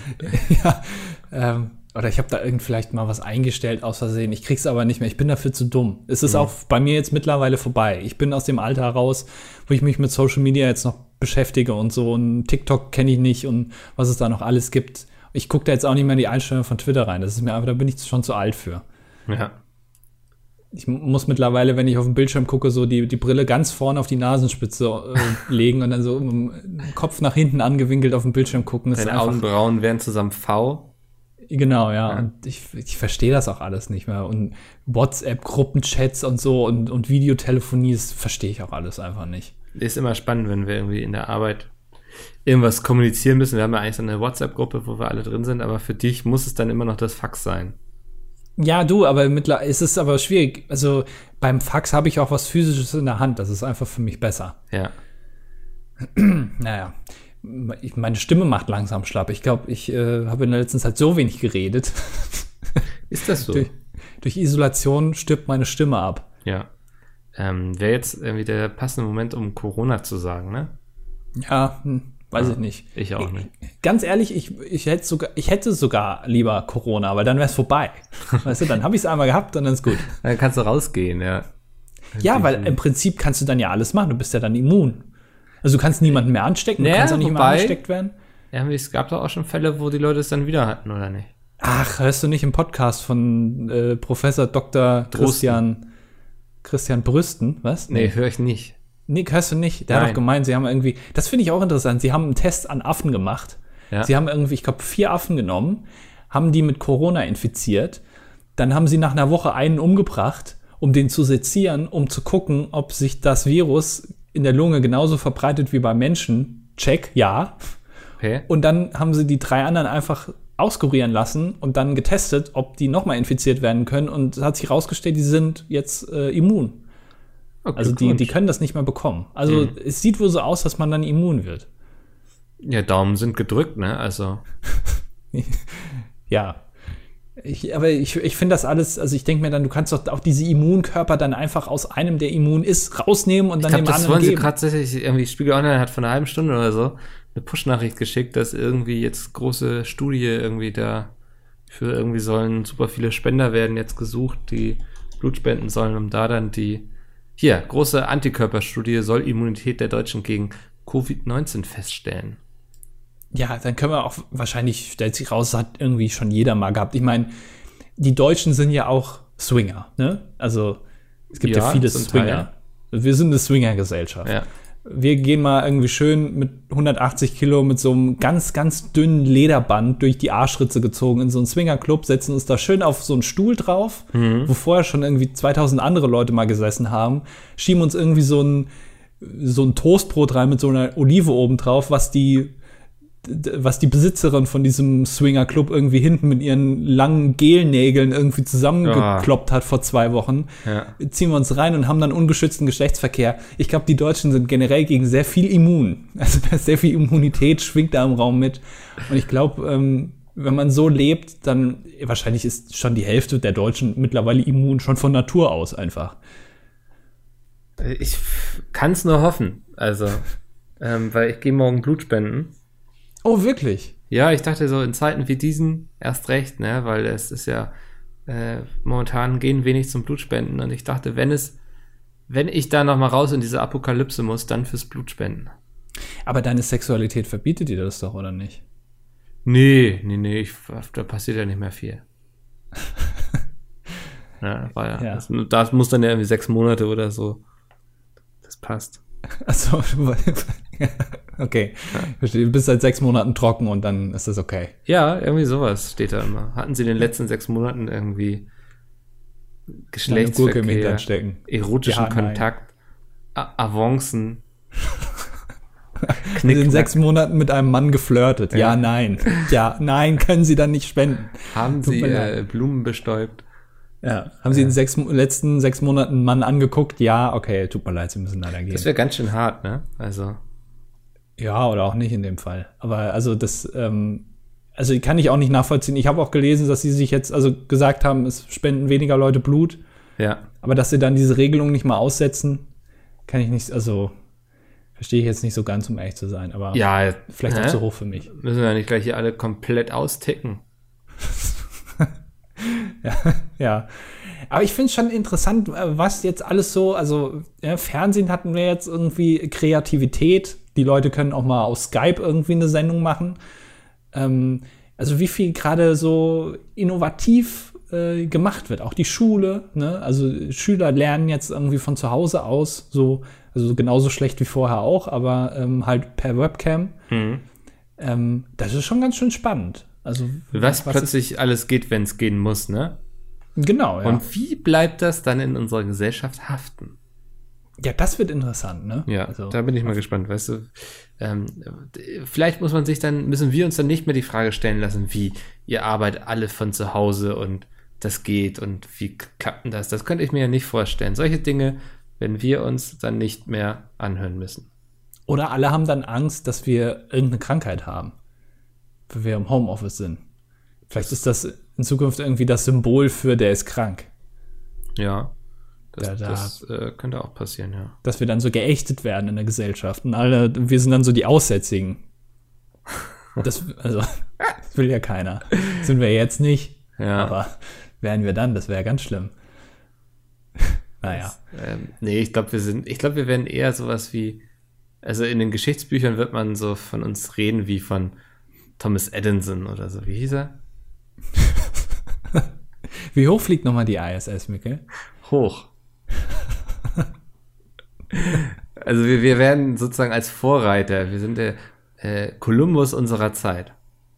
Ja, oder ich habe da vielleicht mal was eingestellt aus Versehen. Ich krieg's aber nicht mehr. Ich bin dafür zu dumm. Es ist auch bei mir jetzt mittlerweile vorbei. Ich bin aus dem Alter raus, wo ich mich mit Social Media jetzt noch beschäftige und so. Und TikTok kenne ich nicht und was es da noch alles gibt. Ich gucke da jetzt auch nicht mehr in die Einstellungen von Twitter rein. Das ist mir einfach, da bin ich schon zu alt für. Ja. Ich muss mittlerweile, wenn ich auf den Bildschirm gucke, so die Brille ganz vorne auf die Nasenspitze legen und dann so mit dem Kopf nach hinten angewinkelt auf den Bildschirm gucken. Deine Augenbrauen werden zusammen V. Genau, ja. Und ich verstehe das auch alles nicht mehr. Und WhatsApp-Gruppenchats und so und Videotelefonie, das verstehe ich auch alles einfach nicht. Ist immer spannend, wenn wir irgendwie in der Arbeit irgendwas kommunizieren müssen. Wir haben ja eigentlich so eine WhatsApp-Gruppe, wo wir alle drin sind, aber für dich muss es dann immer noch das Fax sein. Ja, du, aber es ist aber schwierig. Also beim Fax habe ich auch was Physisches in der Hand. Das ist einfach für mich besser. Ja. Naja. Meine Stimme macht langsam schlapp. Ich glaube, ich habe in der letzten Zeit so wenig geredet. Ist das so? Durch Isolation stirbt meine Stimme ab. Ja. Wäre jetzt irgendwie der passende Moment, um Corona zu sagen, ne? Ja, weiß ich nicht. Ich auch nicht. Ganz ehrlich, ich hätte sogar lieber Corona, weil dann wäre es vorbei. Weißt du, dann habe ich es einmal gehabt und dann ist gut. Dann kannst du rausgehen, ja. Ja, weil im Prinzip kannst du dann ja alles machen. Du bist ja dann immun. Also du kannst niemanden mehr anstecken, du kannst auch nicht mehr angesteckt werden. Ja, es gab doch auch schon Fälle, wo die Leute es dann wieder hatten, oder nicht? Ach, hörst du nicht im Podcast von Professor Dr. Christian Brüsten, was? Nee, höre ich nicht. Nee, hörst du nicht? Der hat doch gemeint, sie haben irgendwie, das finde ich auch interessant, sie haben einen Test an Affen gemacht. Ja. Sie haben irgendwie, ich glaube, 4 Affen genommen, haben die mit Corona infiziert, dann haben sie nach einer Woche einen umgebracht, um den zu sezieren, um zu gucken, ob sich das Virus in der Lunge genauso verbreitet wie beim Menschen. Check, ja. Okay. Und dann haben sie die 3 anderen einfach auskurieren lassen und dann getestet, ob die nochmal infiziert werden können. Und es hat sich rausgestellt, die sind jetzt immun. Okay, also die können das nicht mehr bekommen. Also es sieht wohl so aus, dass man dann immun wird. Ja, Daumen sind gedrückt, ne? Also. Ja. Aber ich finde das alles, also ich denke mir dann, du kannst doch auch diese Immunkörper dann einfach aus einem, der immun ist, rausnehmen und dann dem anderen geben. Das wollen sie tatsächlich, irgendwie Spiegel Online hat vor einer halben Stunde oder so eine Push-Nachricht geschickt, dass irgendwie jetzt große Studie irgendwie da für irgendwie sollen super viele Spender werden jetzt gesucht, die Blut spenden sollen, um da dann große Antikörperstudie soll Immunität der Deutschen gegen Covid-19 feststellen. Ja, dann können wir auch, wahrscheinlich stellt sich raus, hat irgendwie schon jeder mal gehabt. Ich meine, die Deutschen sind ja auch Swinger, ne? Also es gibt ja viele Swinger. Wir sind eine Swinger-Gesellschaft. Ja. Wir gehen mal irgendwie schön mit 180 Kilo mit so einem ganz, ganz dünnen Lederband durch die Arschritze gezogen in so einen Swinger-Club, setzen uns da schön auf so einen Stuhl drauf, wo vorher schon irgendwie 2000 andere Leute mal gesessen haben, schieben uns irgendwie so ein Toastbrot rein mit so einer Olive oben drauf, was die was die Besitzerin von diesem Swinger-Club irgendwie hinten mit ihren langen Gelnägeln irgendwie zusammengekloppt hat vor 2 Wochen, ziehen wir uns rein und haben dann ungeschützten Geschlechtsverkehr. Ich glaube, die Deutschen sind generell gegen sehr viel immun. Also sehr viel Immunität schwingt da im Raum mit. Und ich glaube, wenn man so lebt, dann wahrscheinlich ist schon die Hälfte der Deutschen mittlerweile immun, schon von Natur aus einfach. Ich kann es nur hoffen. Also, weil ich gehe morgen Blut spenden. Oh, wirklich? Ja, ich dachte so in Zeiten wie diesen erst recht, ne, weil es ist ja momentan gehen wenig zum Blutspenden und ich dachte, wenn ich da noch mal raus in diese Apokalypse muss, dann fürs Blutspenden. Aber deine Sexualität verbietet dir das doch, oder nicht? Nee, da passiert ja nicht mehr viel. Ja. Das muss dann ja irgendwie 6 Monate oder so. Das passt. Achso, okay. Verstehe. Du bist seit 6 Monaten trocken und dann ist das okay. Ja, irgendwie sowas steht da immer. Hatten Sie in den letzten 6 Monaten irgendwie Geschlechtsverkehr, erotischen Kontakt, Avancen, in den 6 Monaten mit einem Mann geflirtet? Ja, nein. Ja, nein, können Sie dann nicht spenden. Haben Sie Blumen bestäubt? Ja, haben Sie in den letzten 6 Monaten einen Mann angeguckt? Ja, okay, tut mir leid, Sie müssen leider gehen. Das wäre ganz schön hart, ne? Also. Ja, oder auch nicht in dem Fall. Aber also das, also kann ich auch nicht nachvollziehen. Ich habe auch gelesen, dass Sie sich jetzt, also gesagt haben, es spenden weniger Leute Blut. Ja. Aber dass Sie dann diese Regelung nicht mal aussetzen, kann ich nicht, also verstehe ich jetzt nicht so ganz, um ehrlich zu sein. Aber ja, vielleicht auch zu hoch für mich. Müssen wir ja nicht gleich hier alle komplett austicken. Ja. Aber ich finde es schon interessant, was jetzt alles so, also Fernsehen hatten wir jetzt irgendwie Kreativität. Die Leute können auch mal auf Skype irgendwie eine Sendung machen. Also wie viel gerade so innovativ gemacht wird. Auch die Schule, ne? Also Schüler lernen jetzt irgendwie von zu Hause aus, also genauso schlecht wie vorher auch, aber halt per Webcam. Das ist schon ganz schön spannend. Also was plötzlich alles geht, wenn es gehen muss, ne? Genau, ja. Und wie bleibt das dann in unserer Gesellschaft haften? Ja, das wird interessant, ne? Ja, also, da bin ich mal gespannt, weißt du. Vielleicht müssen wir uns dann nicht mehr die Frage stellen lassen, wie ihr arbeitet alle von zu Hause und das geht und wie klappt denn das? Das könnte ich mir ja nicht vorstellen. Solche Dinge, wenn wir uns dann nicht mehr anhören müssen. Oder alle haben dann Angst, dass wir irgendeine Krankheit haben, wenn wir im Homeoffice sind. Vielleicht ist das in Zukunft irgendwie das Symbol für der ist krank. Ja, das könnte auch passieren, ja. Dass wir dann so geächtet werden in der Gesellschaft und wir sind dann so die Aussätzigen. Das will ja keiner. Das sind wir jetzt nicht, aber wären wir dann, das wäre ganz schlimm. Naja. Ich glaube, wir werden eher sowas wie, also in den Geschichtsbüchern wird man so von uns reden wie von Thomas Edison oder so. Wie hieß er? Wie hoch fliegt nochmal die ISS, Mikkel? Hoch. Also wir werden sozusagen als Vorreiter, wir sind der Kolumbus unserer Zeit.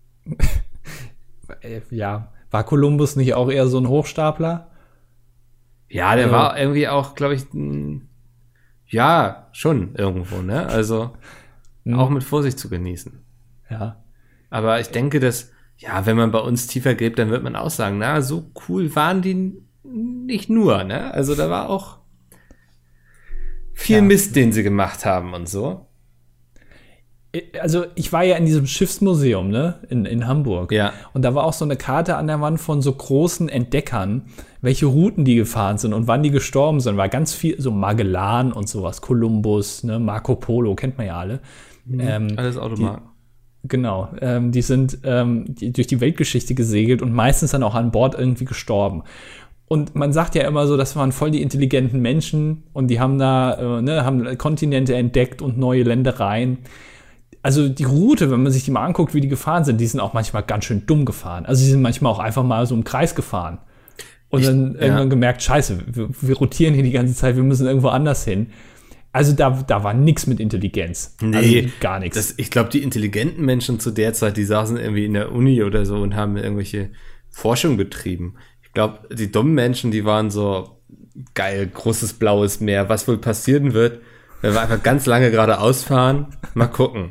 Ja, war Kolumbus nicht auch eher so ein Hochstapler? Ja, der war irgendwie auch, glaube ich, ja, schon irgendwo, ne? Also auch mit Vorsicht zu genießen. Ja. Aber ich denke, dass, ja, wenn man bei uns tiefer gräbt, dann wird man auch sagen, na, so cool waren die nicht nur, ne? Also da war auch viel Mist, den sie gemacht haben und so. Also ich war ja in diesem Schiffsmuseum, ne, in Hamburg. Ja. Und da war auch so eine Karte an der Wand von so großen Entdeckern, welche Routen die gefahren sind und wann die gestorben sind. War ganz viel, so Magellan und sowas, Kolumbus, ne, Marco Polo, kennt man ja alle. Alles Automarken. Genau, die sind durch die Weltgeschichte gesegelt und meistens dann auch an Bord irgendwie gestorben. Und man sagt ja immer so, das waren voll die intelligenten Menschen und die haben da, haben Kontinente entdeckt und neue Ländereien. Also die Route, wenn man sich die mal anguckt, wie die gefahren sind, die sind auch manchmal ganz schön dumm gefahren. Also sie sind manchmal auch einfach mal so im Kreis gefahren. Und dann irgendwann gemerkt, scheiße, wir rotieren hier die ganze Zeit, wir müssen irgendwo anders hin. Also da war nichts mit Intelligenz. Nee, also gar nichts. Ich glaube, die intelligenten Menschen zu der Zeit, die saßen irgendwie in der Uni oder so und haben irgendwelche Forschung betrieben. Ich glaube, die dummen Menschen, die waren so, geil, großes blaues Meer, was wohl passieren wird, wenn wir einfach ganz lange geradeaus fahren, mal gucken.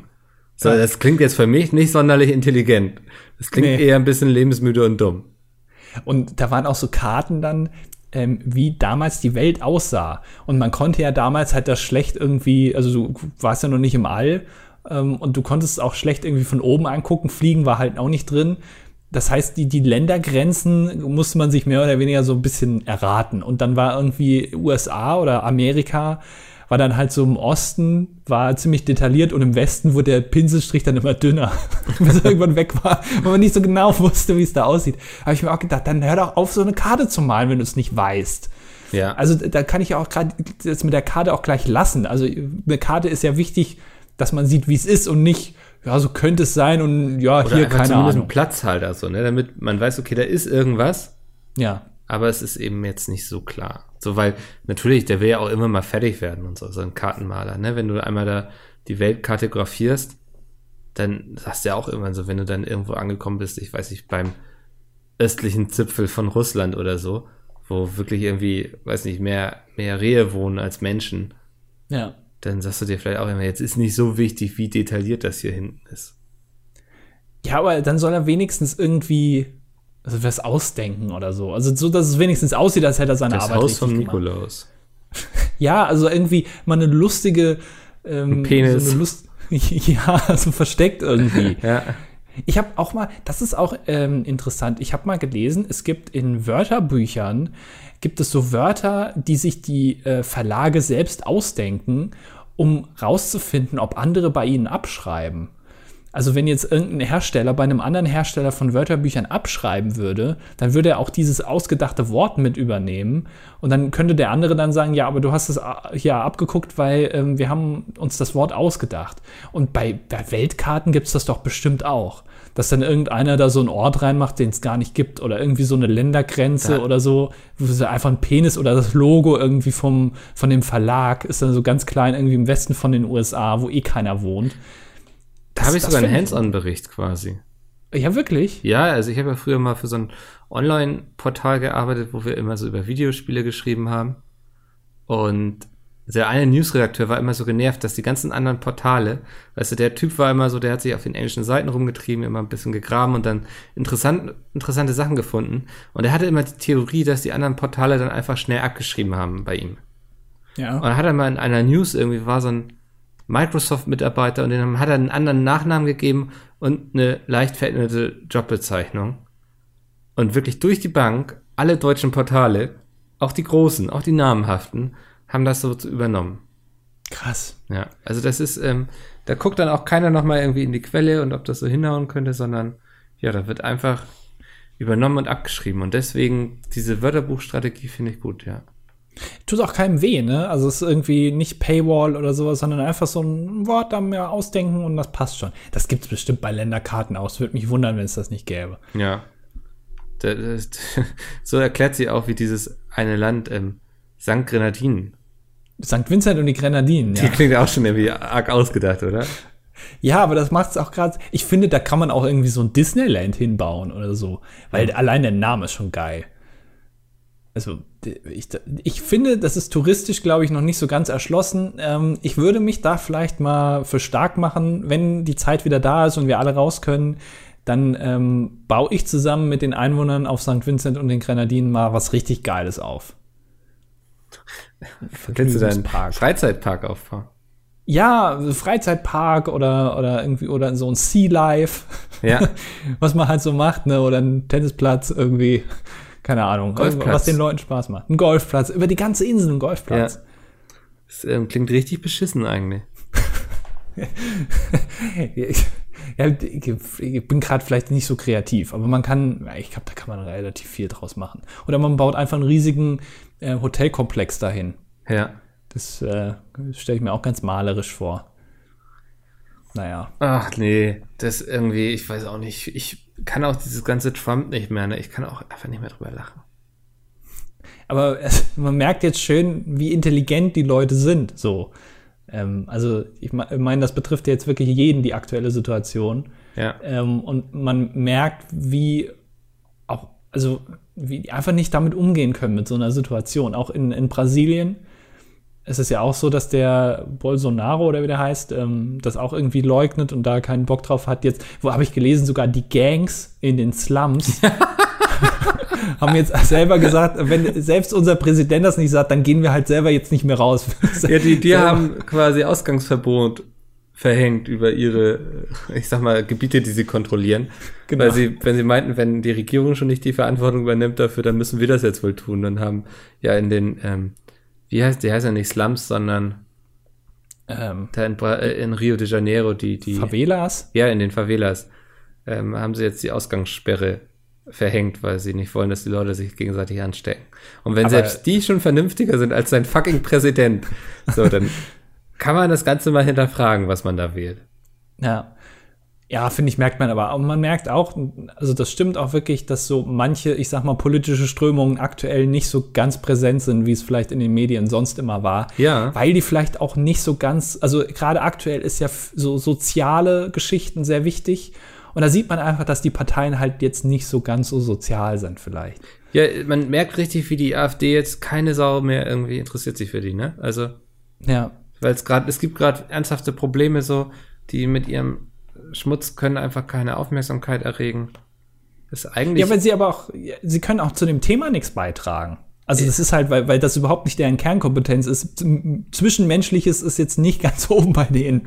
So, das klingt jetzt für mich nicht sonderlich intelligent. Das klingt eher ein bisschen lebensmüde und dumm. Und da waren auch so Karten dann, wie damals die Welt aussah. Und man konnte ja damals halt das schlecht irgendwie, also du warst ja noch nicht im All, und du konntest es auch schlecht irgendwie von oben angucken. Fliegen war halt auch nicht drin. Das heißt, die Ländergrenzen musste man sich mehr oder weniger so ein bisschen erraten. Und dann war irgendwie USA oder Amerika, war dann halt so im Osten, war ziemlich detailliert und im Westen wurde der Pinselstrich dann immer dünner, bis er irgendwann weg war, weil man nicht so genau wusste, wie es da aussieht. Habe ich mir auch gedacht, dann hör doch auf, so eine Karte zu malen, wenn du es nicht weißt. Ja. Also da kann ich ja auch gerade jetzt mit der Karte auch gleich lassen. Also eine Karte ist ja wichtig, dass man sieht, wie es ist und nicht, ja, so könnte es sein und ja, oder hier, keine Ahnung. Ein Platzhalter, so, ne, damit man weiß, okay, da ist irgendwas. Ja. Aber es ist eben jetzt nicht so klar. So, weil natürlich, der will ja auch immer mal fertig werden und so ein Kartenmaler, ne? Wenn du einmal da die Welt kartografierst, dann sagst du ja auch irgendwann so, wenn du dann irgendwo angekommen bist, ich weiß nicht, beim östlichen Zipfel von Russland oder so, wo wirklich irgendwie, weiß nicht, mehr Rehe wohnen als Menschen. Ja. Dann sagst du dir vielleicht auch immer, jetzt ist nicht so wichtig, wie detailliert das hier hinten ist. Ja, aber dann soll er wenigstens irgendwie was ausdenken oder so. Also so, dass es wenigstens aussieht, als hätte er seine Arbeit richtig gemacht. Das Haus von Nikolaus. Ja, also irgendwie mal eine lustige ein Penis. So ja, so versteckt irgendwie. Ja. Ich habe auch mal, das ist auch interessant, ich habe mal gelesen, es gibt in Wörterbüchern, gibt es so Wörter, die sich die Verlage selbst ausdenken, um rauszufinden, ob andere bei ihnen abschreiben. Also wenn jetzt irgendein Hersteller bei einem anderen Hersteller von Wörterbüchern abschreiben würde, dann würde er auch dieses ausgedachte Wort mit übernehmen und dann könnte der andere dann sagen, ja, aber du hast es hier abgeguckt, weil wir haben uns das Wort ausgedacht. Und bei Weltkarten gibt es das doch bestimmt auch, dass dann irgendeiner da so einen Ort reinmacht, den es gar nicht gibt oder irgendwie so eine Ländergrenze oder so, wo so einfach ein Penis oder das Logo irgendwie von dem Verlag ist dann so ganz klein irgendwie im Westen von den USA, wo eh keiner wohnt. Da habe ich sogar einen Hands-on-Bericht quasi. Ja, wirklich? Ja, also ich habe ja früher mal für so ein Online-Portal gearbeitet, wo wir immer so über Videospiele geschrieben haben. Und der eine Newsredakteur war immer so genervt, dass die ganzen anderen Portale, weißt du, der Typ war immer so, der hat sich auf den englischen Seiten rumgetrieben, immer ein bisschen gegraben und dann interessante Sachen gefunden. Und er hatte immer die Theorie, dass die anderen Portale dann einfach schnell abgeschrieben haben bei ihm. Ja. Und dann hat er mal in einer News irgendwie, war so ein Microsoft-Mitarbeiter und dem hat er einen anderen Nachnamen gegeben und eine leicht veränderte Jobbezeichnung. Und wirklich durch die Bank, alle deutschen Portale, auch die großen, auch die namhaften, haben das so übernommen. Krass. Ja, also das ist, da guckt dann auch keiner nochmal irgendwie in die Quelle und ob das so hinhauen könnte, sondern ja, da wird einfach übernommen und abgeschrieben. Und deswegen diese Wörterbuchstrategie finde ich gut, ja. Tut auch keinem weh, ne? Also es ist irgendwie nicht Paywall oder sowas, sondern einfach so ein Wort da mehr ausdenken und das passt schon. Das gibt's bestimmt bei Länderkarten aus. Würde mich wundern, wenn es das nicht gäbe. Ja. So erklärt sie auch, wie dieses eine Land, St. Grenadinen. St. Vincent und die Grenadinen, ja. Die klingt auch schon irgendwie arg ausgedacht, oder? Ja, aber das macht's auch gerade. Ich finde, da kann man auch irgendwie so ein Disneyland hinbauen oder so. Weil allein der Name ist schon geil. Also, ich finde, das ist touristisch, glaube ich, noch nicht so ganz erschlossen. Ich würde mich da vielleicht mal für stark machen, wenn die Zeit wieder da ist und wir alle raus können, dann baue ich zusammen mit den Einwohnern auf St. Vincent und den Grenadinen mal was richtig Geiles auf. Kennst du deinen Freizeitpark aufbauen? Ja, Freizeitpark oder irgendwie oder so ein Sea Life. Ja. Was man halt so macht, ne? Oder ein Tennisplatz irgendwie. Keine Ahnung, was den Leuten Spaß macht. Ein Golfplatz, über die ganze Insel ein Golfplatz. Ja. Das klingt richtig beschissen eigentlich. Ja, ich bin gerade vielleicht nicht so kreativ, aber ich glaube, da kann man relativ viel draus machen. Oder man baut einfach einen riesigen Hotelkomplex dahin. Ja. Das stelle ich mir auch ganz malerisch vor. Naja. Ach nee, das irgendwie, ich weiß auch nicht, ich kann auch dieses ganze Trump nicht mehr, ne? Ich kann auch einfach nicht mehr drüber lachen. Aber man merkt jetzt schön, wie intelligent die Leute sind, so. Also ich meine, das betrifft jetzt wirklich jeden, die aktuelle Situation. Ja. Und man merkt, wie die einfach nicht damit umgehen können mit so einer Situation. Auch in Brasilien, es ist ja auch so, dass der Bolsonaro oder wie der heißt, das auch irgendwie leugnet und da keinen Bock drauf hat. Jetzt, wo habe ich gelesen, sogar die Gangs in den Slums haben jetzt selber gesagt, wenn selbst unser Präsident das nicht sagt, dann gehen wir halt selber jetzt nicht mehr raus. Ja, die haben quasi Ausgangsverbot verhängt über ihre, ich sag mal, Gebiete, die sie kontrollieren. Genau. Weil wenn sie meinten, wenn die Regierung schon nicht die Verantwortung übernimmt dafür, dann müssen wir das jetzt wohl tun. Dann haben ja in den, die heißt ja nicht Slums, sondern da in Rio de Janeiro, die Favelas? Ja, in den Favelas haben sie jetzt die Ausgangssperre verhängt, weil sie nicht wollen, dass die Leute sich gegenseitig anstecken. Und wenn selbst die schon vernünftiger sind als sein fucking Präsident, so, dann kann man das Ganze mal hinterfragen, was man da wählt. Ja. Ja, finde ich, merkt man aber. Und man merkt auch, also das stimmt auch wirklich, dass so manche, ich sag mal, politische Strömungen aktuell nicht so ganz präsent sind, wie es vielleicht in den Medien sonst immer war. Ja. Weil die vielleicht auch nicht so ganz, also gerade aktuell ist ja so soziale Geschichten sehr wichtig. Und da sieht man einfach, dass die Parteien halt jetzt nicht so ganz so sozial sind vielleicht. Ja, man merkt richtig, wie die AfD jetzt keine Sau mehr irgendwie interessiert sich für die, ne? Also, ja. Weil es gibt gerade ernsthafte Probleme so, die mit ihrem Schmutz können einfach keine Aufmerksamkeit erregen. Das ist eigentlich. Ja, weil sie können auch zu dem Thema nichts beitragen. Also das ist halt, weil das überhaupt nicht deren Kernkompetenz ist. Zwischenmenschliches ist jetzt nicht ganz oben bei denen.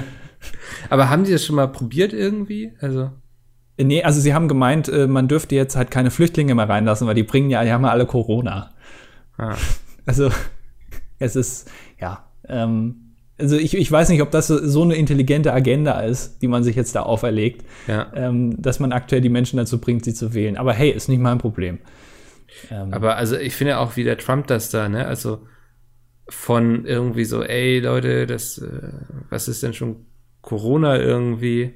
Aber haben die das schon mal probiert irgendwie? Also nee, also sie haben gemeint, man dürfte jetzt halt keine Flüchtlinge mehr reinlassen, weil die haben ja alle Corona. Ah. Also es ist, ja, also ich weiß nicht, ob das so eine intelligente Agenda ist, die man sich jetzt da auferlegt, ja. Dass man aktuell die Menschen dazu bringt, sie zu wählen. Aber hey, ist nicht mein Problem. Aber also ich finde auch, wie der Trump das da, ne, also von irgendwie so, ey Leute, was ist denn schon Corona irgendwie,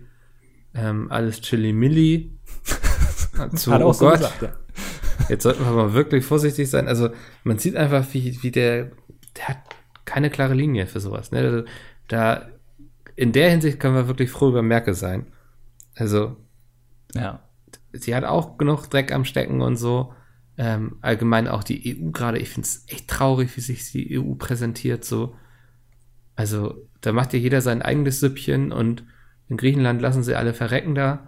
alles Chili-Milli. Hat auch so gesagt, ja. Jetzt sollten wir mal wirklich vorsichtig sein. Also man sieht einfach, wie der hat keine klare Linie für sowas. Ne? Also, da in der Hinsicht können wir wirklich froh über Merkel sein. Also ja. Sie hat auch genug Dreck am Stecken und so. Allgemein auch die EU gerade. Ich finde es echt traurig, wie sich die EU präsentiert. So. Also da macht ja jeder sein eigenes Süppchen und in Griechenland lassen sie alle verrecken da.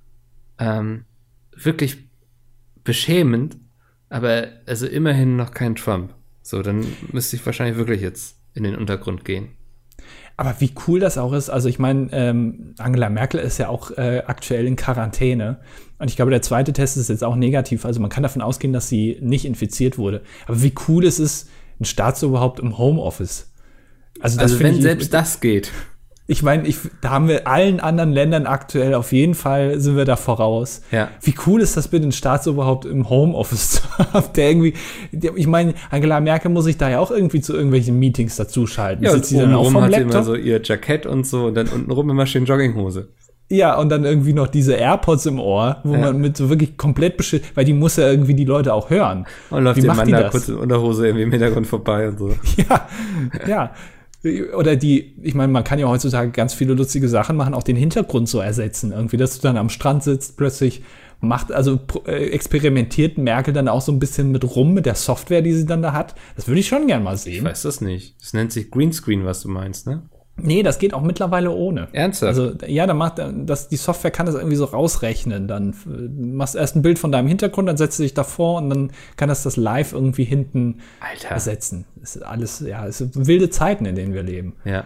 Wirklich beschämend, aber also immerhin noch kein Trump. So, dann müsste ich wahrscheinlich wirklich jetzt in den Untergrund gehen. Aber wie cool das auch ist, also ich meine, Angela Merkel ist ja auch aktuell in Quarantäne und ich glaube, der zweite Test ist jetzt auch negativ, also man kann davon ausgehen, dass sie nicht infiziert wurde. Aber wie cool es ist, ein Staatsoberhaupt im Homeoffice. Also wenn selbst das geht. Ich meine, da haben wir allen anderen Ländern aktuell, auf jeden Fall sind wir da voraus. Ja. Wie cool ist das bitte, ein Staatsoberhaupt im Homeoffice zu haben, der irgendwie, ich meine, Angela Merkel muss sich da ja auch irgendwie zu irgendwelchen Meetings dazuschalten. Ja, und sitzt sie dann auch vom hat Laptop? Sie immer so ihr Jackett und so und dann untenrum immer schön Jogginghose. Ja, und dann irgendwie noch diese AirPods im Ohr, wo man mit so wirklich komplett beschäftigt, weil die muss ja irgendwie die Leute auch hören. Und läuft der Mann da kurz in Unterhose irgendwie im Hintergrund vorbei und so. Ja. Oder ich meine, man kann ja heutzutage ganz viele lustige Sachen machen, auch den Hintergrund so ersetzen. Irgendwie, dass du dann am Strand sitzt, plötzlich experimentiert Merkel dann auch so ein bisschen mit der Software, die sie dann da hat. Das würde ich schon gern mal sehen. Ich weiß das nicht. Das nennt sich Greenscreen, was du meinst, ne? Nee, das geht auch mittlerweile ohne. Ernsthaft? Also, ja, die Software kann das irgendwie so rausrechnen. Dann machst du erst ein Bild von deinem Hintergrund, dann setzt du dich davor und dann kann das live irgendwie hinten ersetzen. Das ist alles, ja, es sind wilde Zeiten, in denen wir leben. Ja.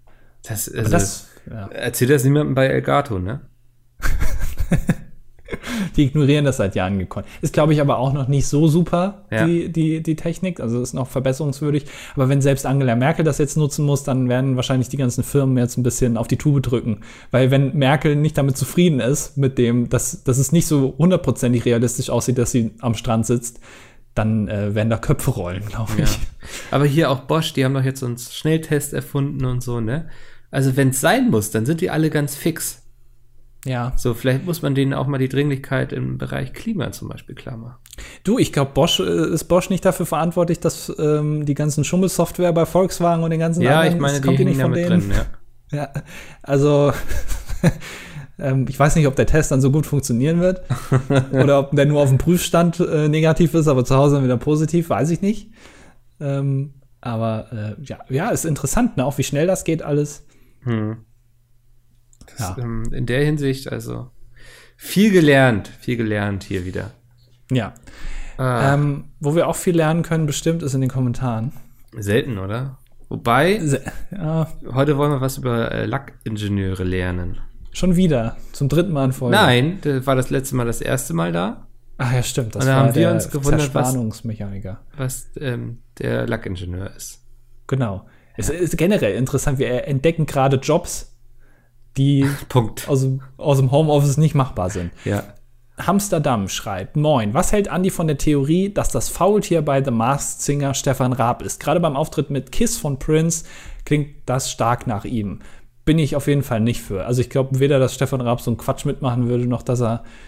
Erzählt das niemandem bei Elgato, ne? Die ignorieren das seit Jahren gekonnt. Ist, glaube ich, aber auch noch nicht so super, die Technik. Also ist noch verbesserungswürdig. Aber wenn selbst Angela Merkel das jetzt nutzen muss, dann werden wahrscheinlich die ganzen Firmen jetzt ein bisschen auf die Tube drücken. Weil wenn Merkel nicht damit zufrieden ist, mit dem, dass es nicht so 100% realistisch aussieht, dass sie am Strand sitzt, dann werden da Köpfe rollen, glaube ich. Ja. Aber hier auch Bosch, die haben doch jetzt so einen Schnelltest erfunden und so, ne? Also wenn es sein muss, dann sind die alle ganz fix. Ja. So, vielleicht muss man denen auch mal die Dringlichkeit im Bereich Klima zum Beispiel klar machen. Du, ich glaube, Bosch nicht dafür verantwortlich, dass die ganzen Schummelsoftware bei Volkswagen und den ganzen anderen, ich meine, die hängen da mit drin, ja. Ja, also ich weiß nicht, ob der Test dann so gut funktionieren wird oder ob der nur auf dem Prüfstand negativ ist, aber zu Hause dann wieder positiv, weiß ich nicht. Aber ja, ist interessant, ne? Auch wie schnell das geht alles. Das, in der Hinsicht, also viel gelernt hier wieder. Ja. Wo wir auch viel lernen können, bestimmt, ist in den Kommentaren. Selten, oder? Wobei, heute wollen wir was über Lackingenieure lernen. Schon wieder, zum 3. Mal in Folge. Nein, das war das letzte Mal, das erste Mal da. Ach ja, stimmt. Das und da war haben wir uns gewundert, Zerspannungsmechaniker. Was der Lackingenieur ist. Genau. Es ist generell interessant. Wir entdecken gerade Jobs, die aus dem Homeoffice nicht machbar sind. Ja. Hamsterdam schreibt: Moin, was hält Andi von der Theorie, dass das Faultier bei The Masked Singer Stefan Raab ist? Gerade beim Auftritt mit Kiss von Prince klingt das stark nach ihm. Bin ich auf jeden Fall nicht für. Also ich glaube weder, dass Stefan Raab so einen Quatsch mitmachen würde, noch dass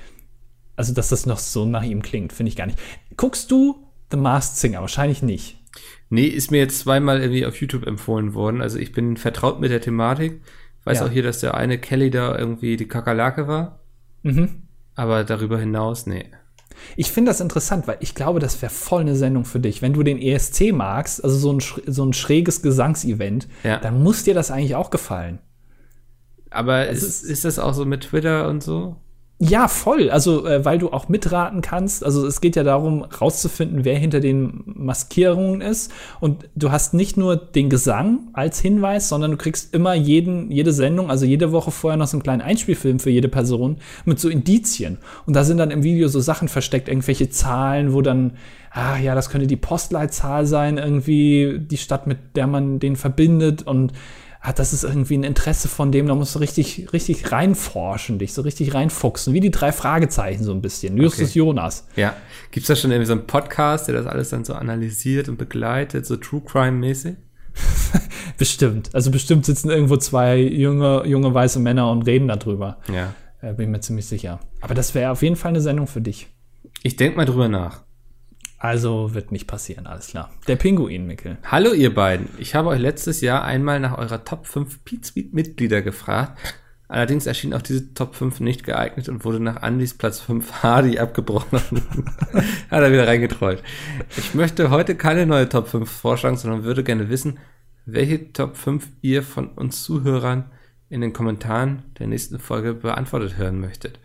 das noch so nach ihm klingt. Finde ich gar nicht. Guckst du The Masked Singer? Wahrscheinlich nicht. Nee, ist mir jetzt zweimal irgendwie auf YouTube empfohlen worden. Also ich bin vertraut mit der Thematik. Weiß auch hier, dass der eine Kelly da irgendwie die Kakerlake war. Aber darüber hinaus, nee. Ich finde das interessant, weil ich glaube, das wäre voll eine Sendung für dich. Wenn du den ESC magst, also so ein schräges Gesangsevent, dann muss dir das eigentlich auch gefallen. Aber ist das auch so mit Twitter und so? Ja, voll. Also, weil du auch mitraten kannst. Also, es geht ja darum, rauszufinden, wer hinter den Maskierungen ist. Und du hast nicht nur den Gesang als Hinweis, sondern du kriegst immer jede Sendung, also jede Woche vorher noch so einen kleinen Einspielfilm für jede Person mit so Indizien. Und da sind dann im Video so Sachen versteckt, irgendwelche Zahlen, wo dann, das könnte die Postleitzahl sein, irgendwie die Stadt, mit der man den verbindet. Und das ist irgendwie ein Interesse von dem, da musst du richtig, richtig reinforschen, dich so richtig reinfuchsen, wie die 3 Fragezeichen so ein bisschen. Justus Jonas. Ja. Gibt's da schon irgendwie so einen Podcast, der das alles dann so analysiert und begleitet, so True Crime-mäßig? Bestimmt. Also bestimmt sitzen irgendwo 2 junge weiße Männer und reden darüber. Ja. Bin mir ziemlich sicher. Aber das wäre auf jeden Fall eine Sendung für dich. Ich denke mal drüber nach. Also wird nicht passieren, alles klar. Der Pinguin, Mikkel. Hallo ihr beiden. Ich habe euch letztes Jahr einmal nach eurer Top 5 Pizmeet-Mitglieder gefragt. Allerdings erschien auch diese Top 5 nicht geeignet und wurde nach Andys Platz 5 Hardy abgebrochen. Hat er wieder reingetrollt. Ich möchte heute keine neue Top 5 vorschlagen, sondern würde gerne wissen, welche Top 5 ihr von uns Zuhörern in den Kommentaren der nächsten Folge beantwortet hören möchtet.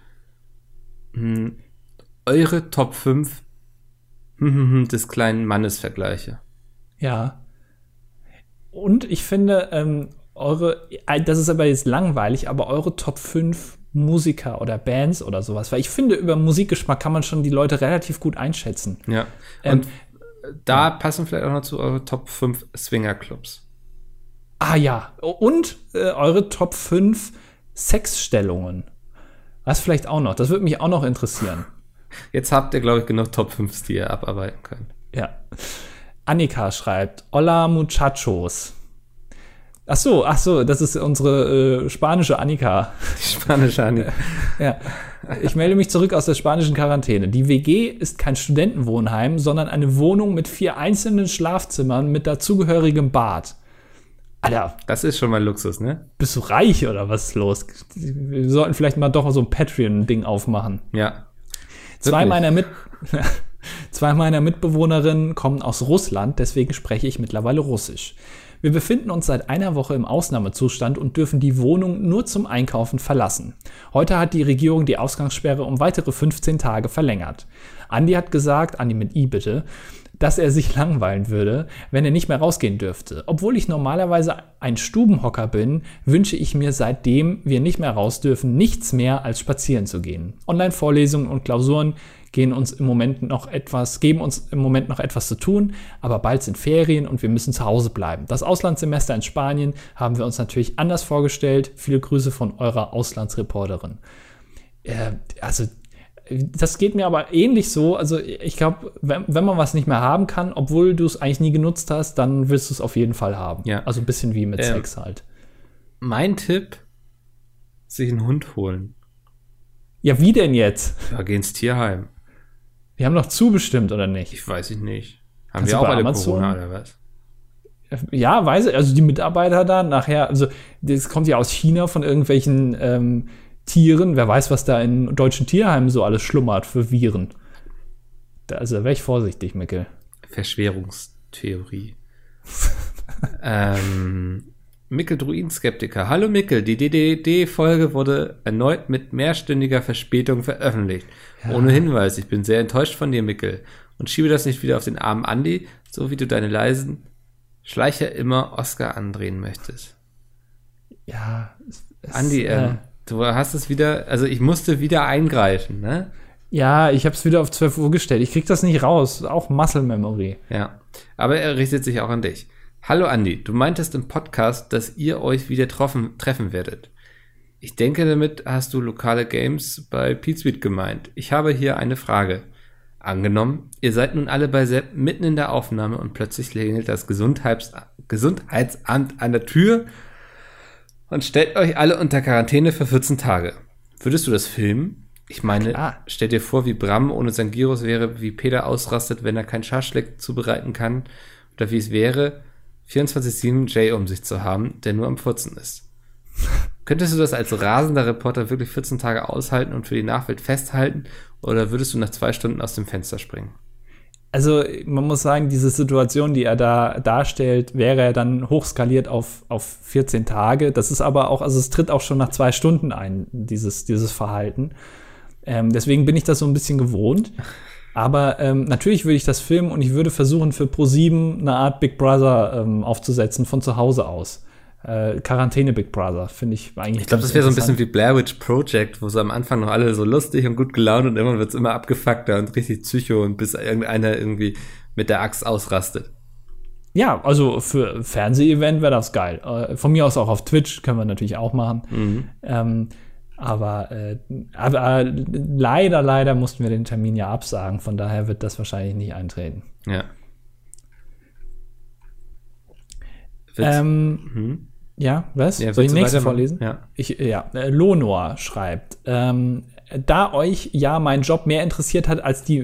Eure Top 5 des kleinen Mannes Vergleiche. Ja. Und ich finde, das ist aber jetzt langweilig, aber eure Top 5 Musiker oder Bands oder sowas, weil ich finde, über Musikgeschmack kann man schon die Leute relativ gut einschätzen. Ja. Und da passen vielleicht auch noch zu eure Top 5 Swingerclubs. Ah ja. Und eure Top 5 Sexstellungen. Das vielleicht auch noch. Das würde mich auch noch interessieren. Jetzt habt ihr, glaube ich, genug Top 5s, die ihr abarbeiten könnt. Ja. Annika schreibt: Hola Muchachos. Ach so, das ist unsere spanische Annika. Die spanische Annika. Ja. Ich melde mich zurück aus der spanischen Quarantäne. Die WG ist kein Studentenwohnheim, sondern eine Wohnung mit 4 einzelnen Schlafzimmern mit dazugehörigem Bad. Alter. Das ist schon mal Luxus, ne? Bist du reich oder was ist los? Wir sollten vielleicht mal doch so ein Patreon-Ding aufmachen. Ja. 2 meiner Mitbewohnerinnen kommen aus Russland, deswegen spreche ich mittlerweile Russisch. Wir befinden uns seit einer Woche im Ausnahmezustand und dürfen die Wohnung nur zum Einkaufen verlassen. Heute hat die Regierung die Ausgangssperre um weitere 15 Tage verlängert. Andi hat gesagt, Andi mit I bitte, dass er sich langweilen würde, wenn er nicht mehr rausgehen dürfte. Obwohl ich normalerweise ein Stubenhocker bin, wünsche ich mir, seitdem wir nicht mehr raus dürfen, nichts mehr als spazieren zu gehen. Online-Vorlesungen und Klausuren geben uns im Moment noch etwas zu tun, aber bald sind Ferien und wir müssen zu Hause bleiben. Das Auslandssemester in Spanien haben wir uns natürlich anders vorgestellt. Viele Grüße von eurer Auslandsreporterin. Das geht mir aber ähnlich so. Also ich glaube, wenn man was nicht mehr haben kann, obwohl du es eigentlich nie genutzt hast, dann willst du es auf jeden Fall haben. Ja. Also ein bisschen wie mit Sex halt. Mein Tipp, sich einen Hund holen. Ja, wie denn jetzt? Ja, geh ins Tierheim. Die haben noch zubestimmt, oder nicht? Ich weiß nicht. Haben Kannst wir du auch bei alle Amazon? Corona oder was? Ja, weiß ich. Also die Mitarbeiter da nachher, also das kommt ja aus China von irgendwelchen Tieren. Wer weiß, was da in deutschen Tierheimen so alles schlummert für Viren. Da wäre ich vorsichtig, Mikkel. Verschwörungstheorie. Mickel Druiden-Skeptiker. Hallo Mickel, die DDD-Folge wurde erneut mit mehrstündiger Verspätung veröffentlicht. Ja. Ohne Hinweis, ich bin sehr enttäuscht von dir, Mickel. Und schiebe das nicht wieder auf den armen Andi, so wie du deine leisen Schleicher immer Oscar andrehen möchtest. Ja. Andi, du hast es wieder, also ich musste wieder eingreifen, ne? Ja, ich habe es wieder auf 12 Uhr gestellt. Ich krieg das nicht raus. Auch Muscle Memory. Ja, aber er richtet sich auch an dich. Hallo Andi, du meintest im Podcast, dass ihr euch wieder treffen werdet. Ich denke, damit hast du lokale Games bei Pizmeet gemeint. Ich habe hier eine Frage. Angenommen, ihr seid nun alle bei Sepp mitten in der Aufnahme und plötzlich klingelt das Gesundheitsamt an der Tür und stellt euch alle unter Quarantäne für 14 Tage. Würdest du das filmen? Ich meine, stell dir vor, wie Bram ohne sein Gyros wäre, wie Peter ausrastet, wenn er kein Schaschlik zubereiten kann, oder wie es wäre, 24/7 Jay um sich zu haben, der nur am Furzen ist. Könntest du das als rasender Reporter wirklich 14 Tage aushalten und für die Nachwelt festhalten, oder würdest du nach 2 Stunden aus dem Fenster springen? Also man muss sagen, diese Situation, die er da darstellt, wäre ja dann hochskaliert auf 14 Tage. Das ist aber auch, also es tritt auch schon nach 2 Stunden ein, dieses Verhalten. Deswegen bin ich das so ein bisschen gewohnt. Aber natürlich würde ich das filmen und ich würde versuchen, für Pro7 eine Art Big Brother aufzusetzen von zu Hause aus. Quarantäne Big Brother, finde ich eigentlich. Ich glaube, das wäre so ein bisschen wie Blair Witch Project, wo so am Anfang noch alle so lustig und gut gelaunt und irgendwann wird's immer abgefuckter und richtig psycho und bis irgendeiner irgendwie mit der Axt ausrastet. Ja, also für Fernseh-Event wäre das geil. Von mir aus auch auf Twitch können wir natürlich auch machen. Aber leider mussten wir den Termin ja absagen. Von daher wird das wahrscheinlich nicht eintreten. Ja. Ja, was? Ja, soll ich den nächsten vorlesen? Ja. Lonor schreibt, da euch ja mein Job mehr interessiert hat als die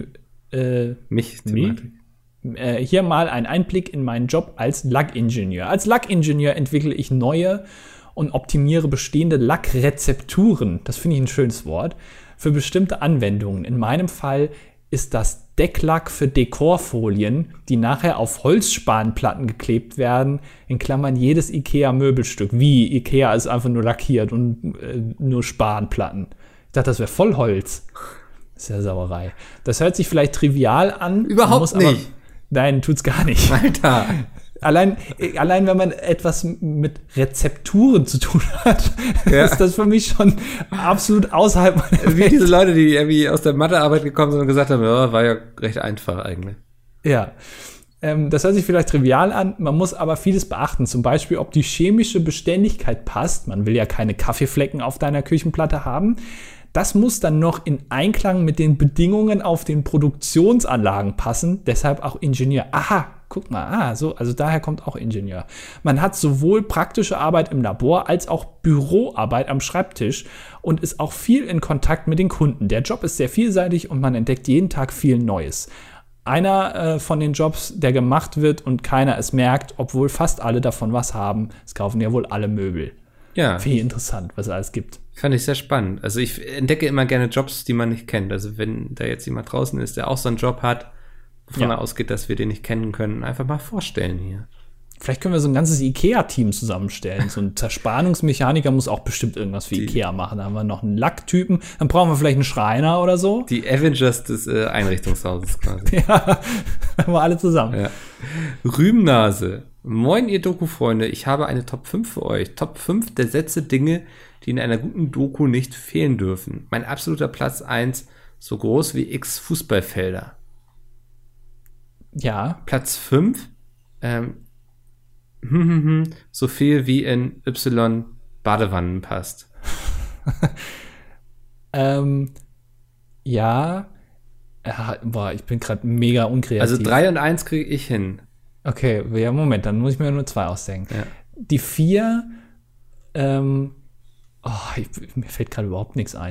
Thematik. Hier mal ein Einblick in meinen Job als Lackingenieur. Als Lackingenieur entwickle ich neue und optimiere bestehende Lackrezepturen, das finde ich ein schönes Wort, für bestimmte Anwendungen. In meinem Fall ist das Decklack für Dekorfolien, die nachher auf Holzspanplatten geklebt werden, in Klammern jedes IKEA-Möbelstück. Wie? IKEA ist einfach nur lackiert und nur Spanplatten. Ich dachte, das wäre voll Holz. Das ist ja Sauerei. Das hört sich vielleicht trivial an. Überhaupt nicht. Aber, nein, tut's gar nicht. Alter. Allein wenn man etwas mit Rezepturen zu tun hat, ist das für mich schon absolut außerhalb meiner Welt. Wie diese Leute, die irgendwie aus der Mathearbeit gekommen sind und gesagt haben, ja, war ja recht einfach eigentlich. Ja, das hört sich vielleicht trivial an, man muss aber vieles beachten. Zum Beispiel, ob die chemische Beständigkeit passt. Man will ja keine Kaffeeflecken auf deiner Küchenplatte haben. Das muss dann noch in Einklang mit den Bedingungen auf den Produktionsanlagen passen. Deshalb auch Ingenieur. Aha, guck mal, also daher kommt auch Ingenieur. Man hat sowohl praktische Arbeit im Labor als auch Büroarbeit am Schreibtisch und ist auch viel in Kontakt mit den Kunden. Der Job ist sehr vielseitig und man entdeckt jeden Tag viel Neues. Einer von den Jobs, der gemacht wird und keiner es merkt, obwohl fast alle davon was haben. Es kaufen ja wohl alle Möbel. Ja. Viel interessant, was es alles gibt. Fand ich sehr spannend. Also ich entdecke immer gerne Jobs, die man nicht kennt. Also wenn da jetzt jemand draußen ist, der auch so einen Job hat, wovon er ausgeht, dass wir den nicht kennen können, einfach mal vorstellen hier. Vielleicht können wir so ein ganzes IKEA-Team zusammenstellen. So ein Zerspannungsmechaniker muss auch bestimmt irgendwas für IKEA machen. Da haben wir noch einen Lacktypen. Dann brauchen wir vielleicht einen Schreiner oder so. Die Avengers des Einrichtungshauses quasi. Ja, haben wir alle zusammen. Ja. Rübennase. Moin, ihr Doku-Freunde. Ich habe eine Top 5 für euch. Top 5 der Sätze, Dinge, die in einer guten Doku nicht fehlen dürfen. Mein absoluter Platz 1, so groß wie x Fußballfelder. Ja. Platz 5, so viel wie in Y Badewannen passt. Ja. Boah, ich bin gerade mega unkreativ. Also 3 und 1 kriege ich hin. Okay, ja, Moment, dann muss ich mir nur 2 ausdenken. Ja. Die 4, mir fällt gerade überhaupt nichts ein.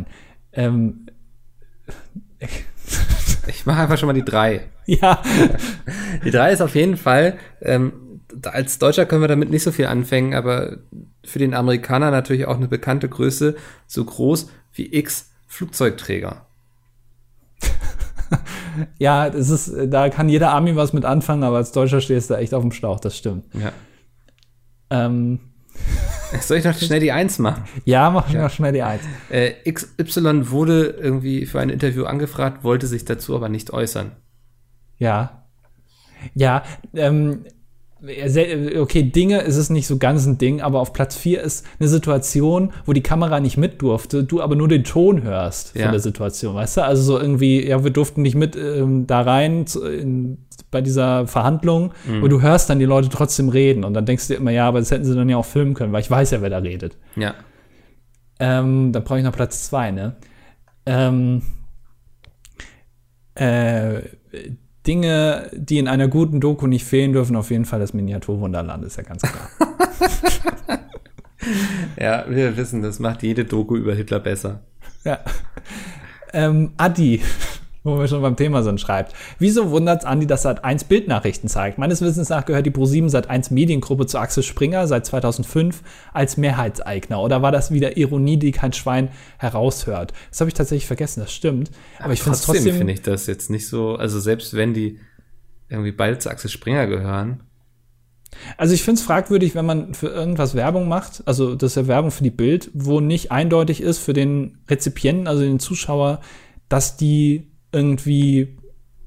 Ich mache einfach schon mal die 3. Ja. Die 3 ist auf jeden Fall, als Deutscher können wir damit nicht so viel anfangen, aber für den Amerikaner natürlich auch eine bekannte Größe, so groß wie x Flugzeugträger. Ja, da kann jeder Ami was mit anfangen, aber als Deutscher stehst du echt auf dem Schlauch, das stimmt. Ja. Soll ich noch schnell die 1 machen? Ja, mach noch schnell die 1. XY wurde irgendwie für ein Interview angefragt, wollte sich dazu aber nicht äußern. Ja. Ja, okay, Dinge ist es nicht so ganz ein Ding, aber auf Platz 4 ist eine Situation, wo die Kamera nicht mit durfte, du aber nur den Ton hörst von der Situation, weißt du? Also so irgendwie, ja, wir durften nicht mit da rein bei dieser Verhandlung, aber du hörst dann die Leute trotzdem reden und dann denkst du dir immer, ja, aber das hätten sie dann ja auch filmen können, weil ich weiß ja, wer da redet. Ja. Dann brauche ich noch Platz 2, ne? Dinge, die in einer guten Doku nicht fehlen dürfen, auf jeden Fall das Miniaturwunderland, ist ja ganz klar. Ja, wir wissen, das macht jede Doku über Hitler besser. Ja. Adi, wo wir schon beim Thema sind, schreibt: Wieso wundert's Andi, dass Sat.1 Bildnachrichten zeigt? Meines Wissens nach gehört die ProSieben Sat.1 Mediengruppe zu Axel Springer seit 2005 als Mehrheitseigner. Oder war das wieder Ironie, die kein Schwein heraushört? Das habe ich tatsächlich vergessen, das stimmt. Aber ich finde es trotzdem, finde ich das jetzt nicht so, also selbst wenn die irgendwie beide zu Axel Springer gehören. Also ich finde es fragwürdig, wenn man für irgendwas Werbung macht, also das ist ja Werbung für die Bild, wo nicht eindeutig ist für den Rezipienten, also den Zuschauer, dass die irgendwie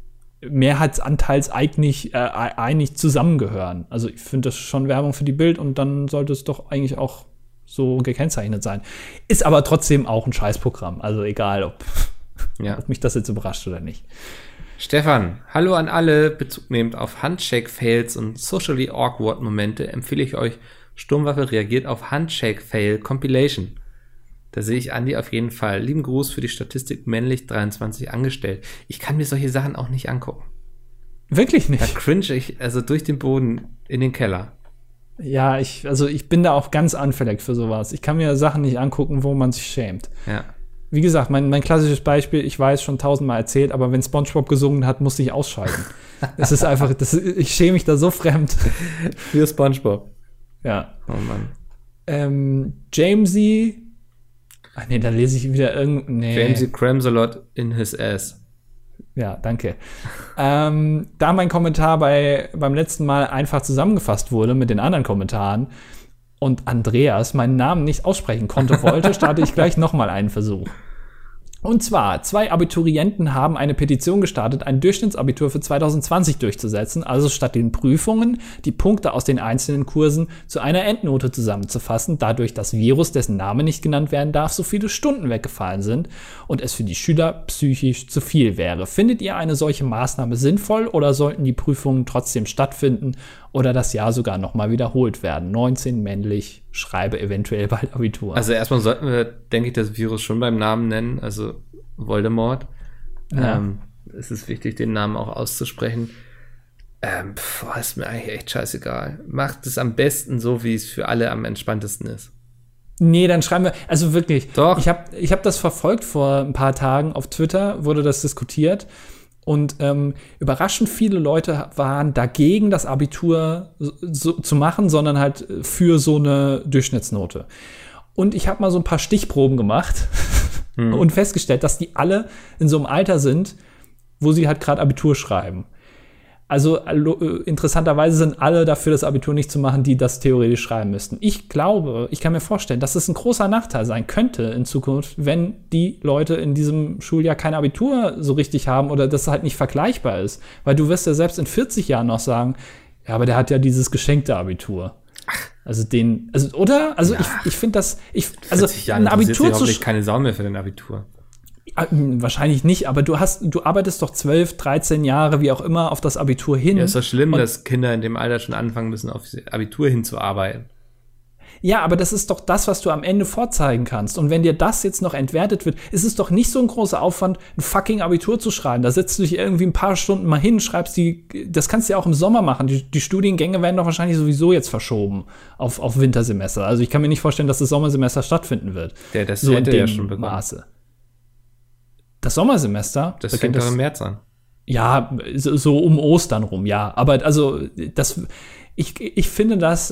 mehrheitsanteilseinig einig zusammengehören. Also ich finde das schon Werbung für die Bild und dann sollte es doch eigentlich auch so gekennzeichnet sein. Ist aber trotzdem auch ein Scheißprogramm. Also egal, ob mich das jetzt überrascht oder nicht. Stefan, hallo an alle. Bezug nehmend auf Handshake-Fails und socially awkward Momente empfehle ich euch Sturmwaffe reagiert auf Handshake-Fail Compilation. Da sehe ich Andi auf jeden Fall. Lieben Gruß für die Statistik männlich 23 angestellt. Ich kann mir solche Sachen auch nicht angucken. Wirklich nicht? Da cringe ich also durch den Boden in den Keller. Ja, ich bin da auch ganz anfällig für sowas. Ich kann mir Sachen nicht angucken, wo man sich schämt. Ja. Wie gesagt, mein klassisches Beispiel, ich weiß, schon 1000-mal erzählt, aber wenn SpongeBob gesungen hat, musste ich ausschalten. Es ist einfach, ich schäme mich da so fremd. Für SpongeBob. Ja. Oh Mann. Jamesy. Ach nee, da lese ich wieder Jamesy crams a lot in his ass. Ja, danke. Da mein Kommentar beim letzten Mal einfach zusammengefasst wurde mit den anderen Kommentaren und Andreas meinen Namen nicht aussprechen wollte, starte ich gleich nochmal einen Versuch. Und zwar, 2 Abiturienten haben eine Petition gestartet, ein Durchschnittsabitur für 2020 durchzusetzen, also statt den Prüfungen die Punkte aus den einzelnen Kursen zu einer Endnote zusammenzufassen, dadurch das Virus, dessen Name nicht genannt werden darf, so viele Stunden weggefallen sind und es für die Schüler psychisch zu viel wäre. Findet ihr eine solche Maßnahme sinnvoll oder sollten die Prüfungen trotzdem stattfinden oder das Jahr sogar nochmal wiederholt werden? 19 männlich, schreibe eventuell bald Abitur. Also erstmal sollten wir, denke ich, das Virus schon beim Namen nennen, also Voldemort. Ja. Es ist wichtig, den Namen auch auszusprechen. Ist mir eigentlich echt scheißegal. Macht es am besten so, wie es für alle am entspanntesten ist. Nee, dann schreiben wir, also wirklich. Doch. Ich hab das verfolgt vor ein paar Tagen auf Twitter, wurde das diskutiert. Und überraschend viele Leute waren dagegen, das Abitur so zu machen, sondern halt für so eine Durchschnittsnote. Und ich habe mal so ein paar Stichproben gemacht und festgestellt, dass die alle in so einem Alter sind, wo sie halt gerade Abitur schreiben. Also interessanterweise sind alle dafür, das Abitur nicht zu machen, die das theoretisch schreiben müssten. Ich glaube, ich kann mir vorstellen, dass es ein großer Nachteil sein könnte in Zukunft, wenn die Leute in diesem Schuljahr kein Abitur so richtig haben oder das halt nicht vergleichbar ist. Weil du wirst ja selbst in 40 Jahren noch sagen, ja, aber der hat ja dieses geschenkte Abitur. Oder? Also ja. Ich finde das, ein Abitur zu keine Sau mehr für dein Abitur. Wahrscheinlich nicht, aber du arbeitest doch 12, 13 Jahre, wie auch immer, auf das Abitur hin. Ja, ist doch schlimm, dass Kinder in dem Alter schon anfangen müssen, auf das Abitur hinzuarbeiten. Ja, aber das ist doch das, was du am Ende vorzeigen kannst. Und wenn dir das jetzt noch entwertet wird, ist es doch nicht so ein großer Aufwand, ein fucking Abitur zu schreiben. Da setzt du dich irgendwie ein paar Stunden mal hin, schreibst das kannst du ja auch im Sommer machen. Die Studiengänge werden doch wahrscheinlich sowieso jetzt verschoben auf Wintersemester. Also ich kann mir nicht vorstellen, dass das Sommersemester stattfinden wird. Ja, das so hätte ja schon begonnen. Maße. Das Sommersemester? Das fängt doch im März an. Ja, so um Ostern rum, ja. Aber also, ich finde das,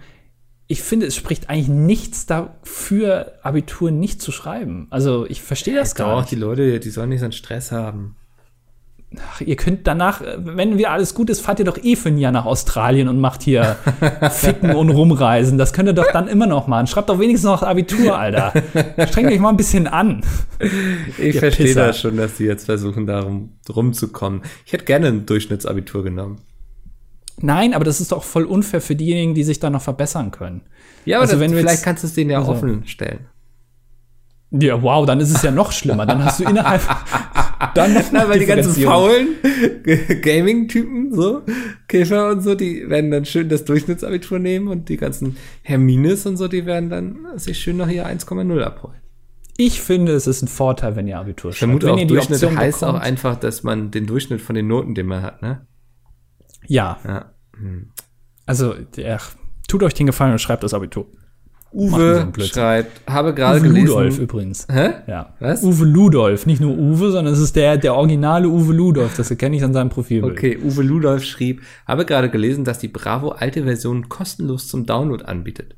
es spricht eigentlich nichts dafür, Abitur nicht zu schreiben. Also, ich verstehe das gar nicht. Auch die Leute, die sollen nicht so einen Stress haben. Ach, ihr könnt danach, wenn wieder alles gut ist, fahrt ihr doch für ein Jahr nach Australien und macht hier Ficken und Rumreisen. Das könnt ihr doch dann immer noch machen. Schreibt doch wenigstens noch Abitur, Alter. Strengt euch mal ein bisschen an. Ich verstehe das schon, dass die jetzt versuchen, da rumzukommen. Ich hätte gerne ein Durchschnittsabitur genommen. Nein, aber das ist doch voll unfair für diejenigen, die sich da noch verbessern können. Ja, aber vielleicht kannst du es denen ja offen stellen. Ja, wow, dann ist es ja noch schlimmer. Dann hast du innerhalb dann noch weil die ganzen faulen Gaming-Typen, so, Käfer und so, die werden dann schön das Durchschnittsabitur nehmen und die ganzen Hermines und so, die werden dann sich schön noch hier 1,0 abholen. Ich finde, es ist ein Vorteil, wenn ihr Abitur schreibt. Ich vermute auch, Durchschnitt heißt auch einfach, dass man den Durchschnitt von den Noten, den man hat, ne? Ja. Also, tut euch den Gefallen und schreibt das Abitur. Uwe schreibt, habe gerade gelesen. Uwe Ludolf übrigens. Hä? Ja. Was? Uwe Ludolf, nicht nur Uwe, sondern es ist der originale Uwe Ludolf. Das erkenne ich an seinem Profilbild. Okay, Uwe Ludolf schrieb, habe gerade gelesen, dass die Bravo alte Version kostenlos zum Download anbietet.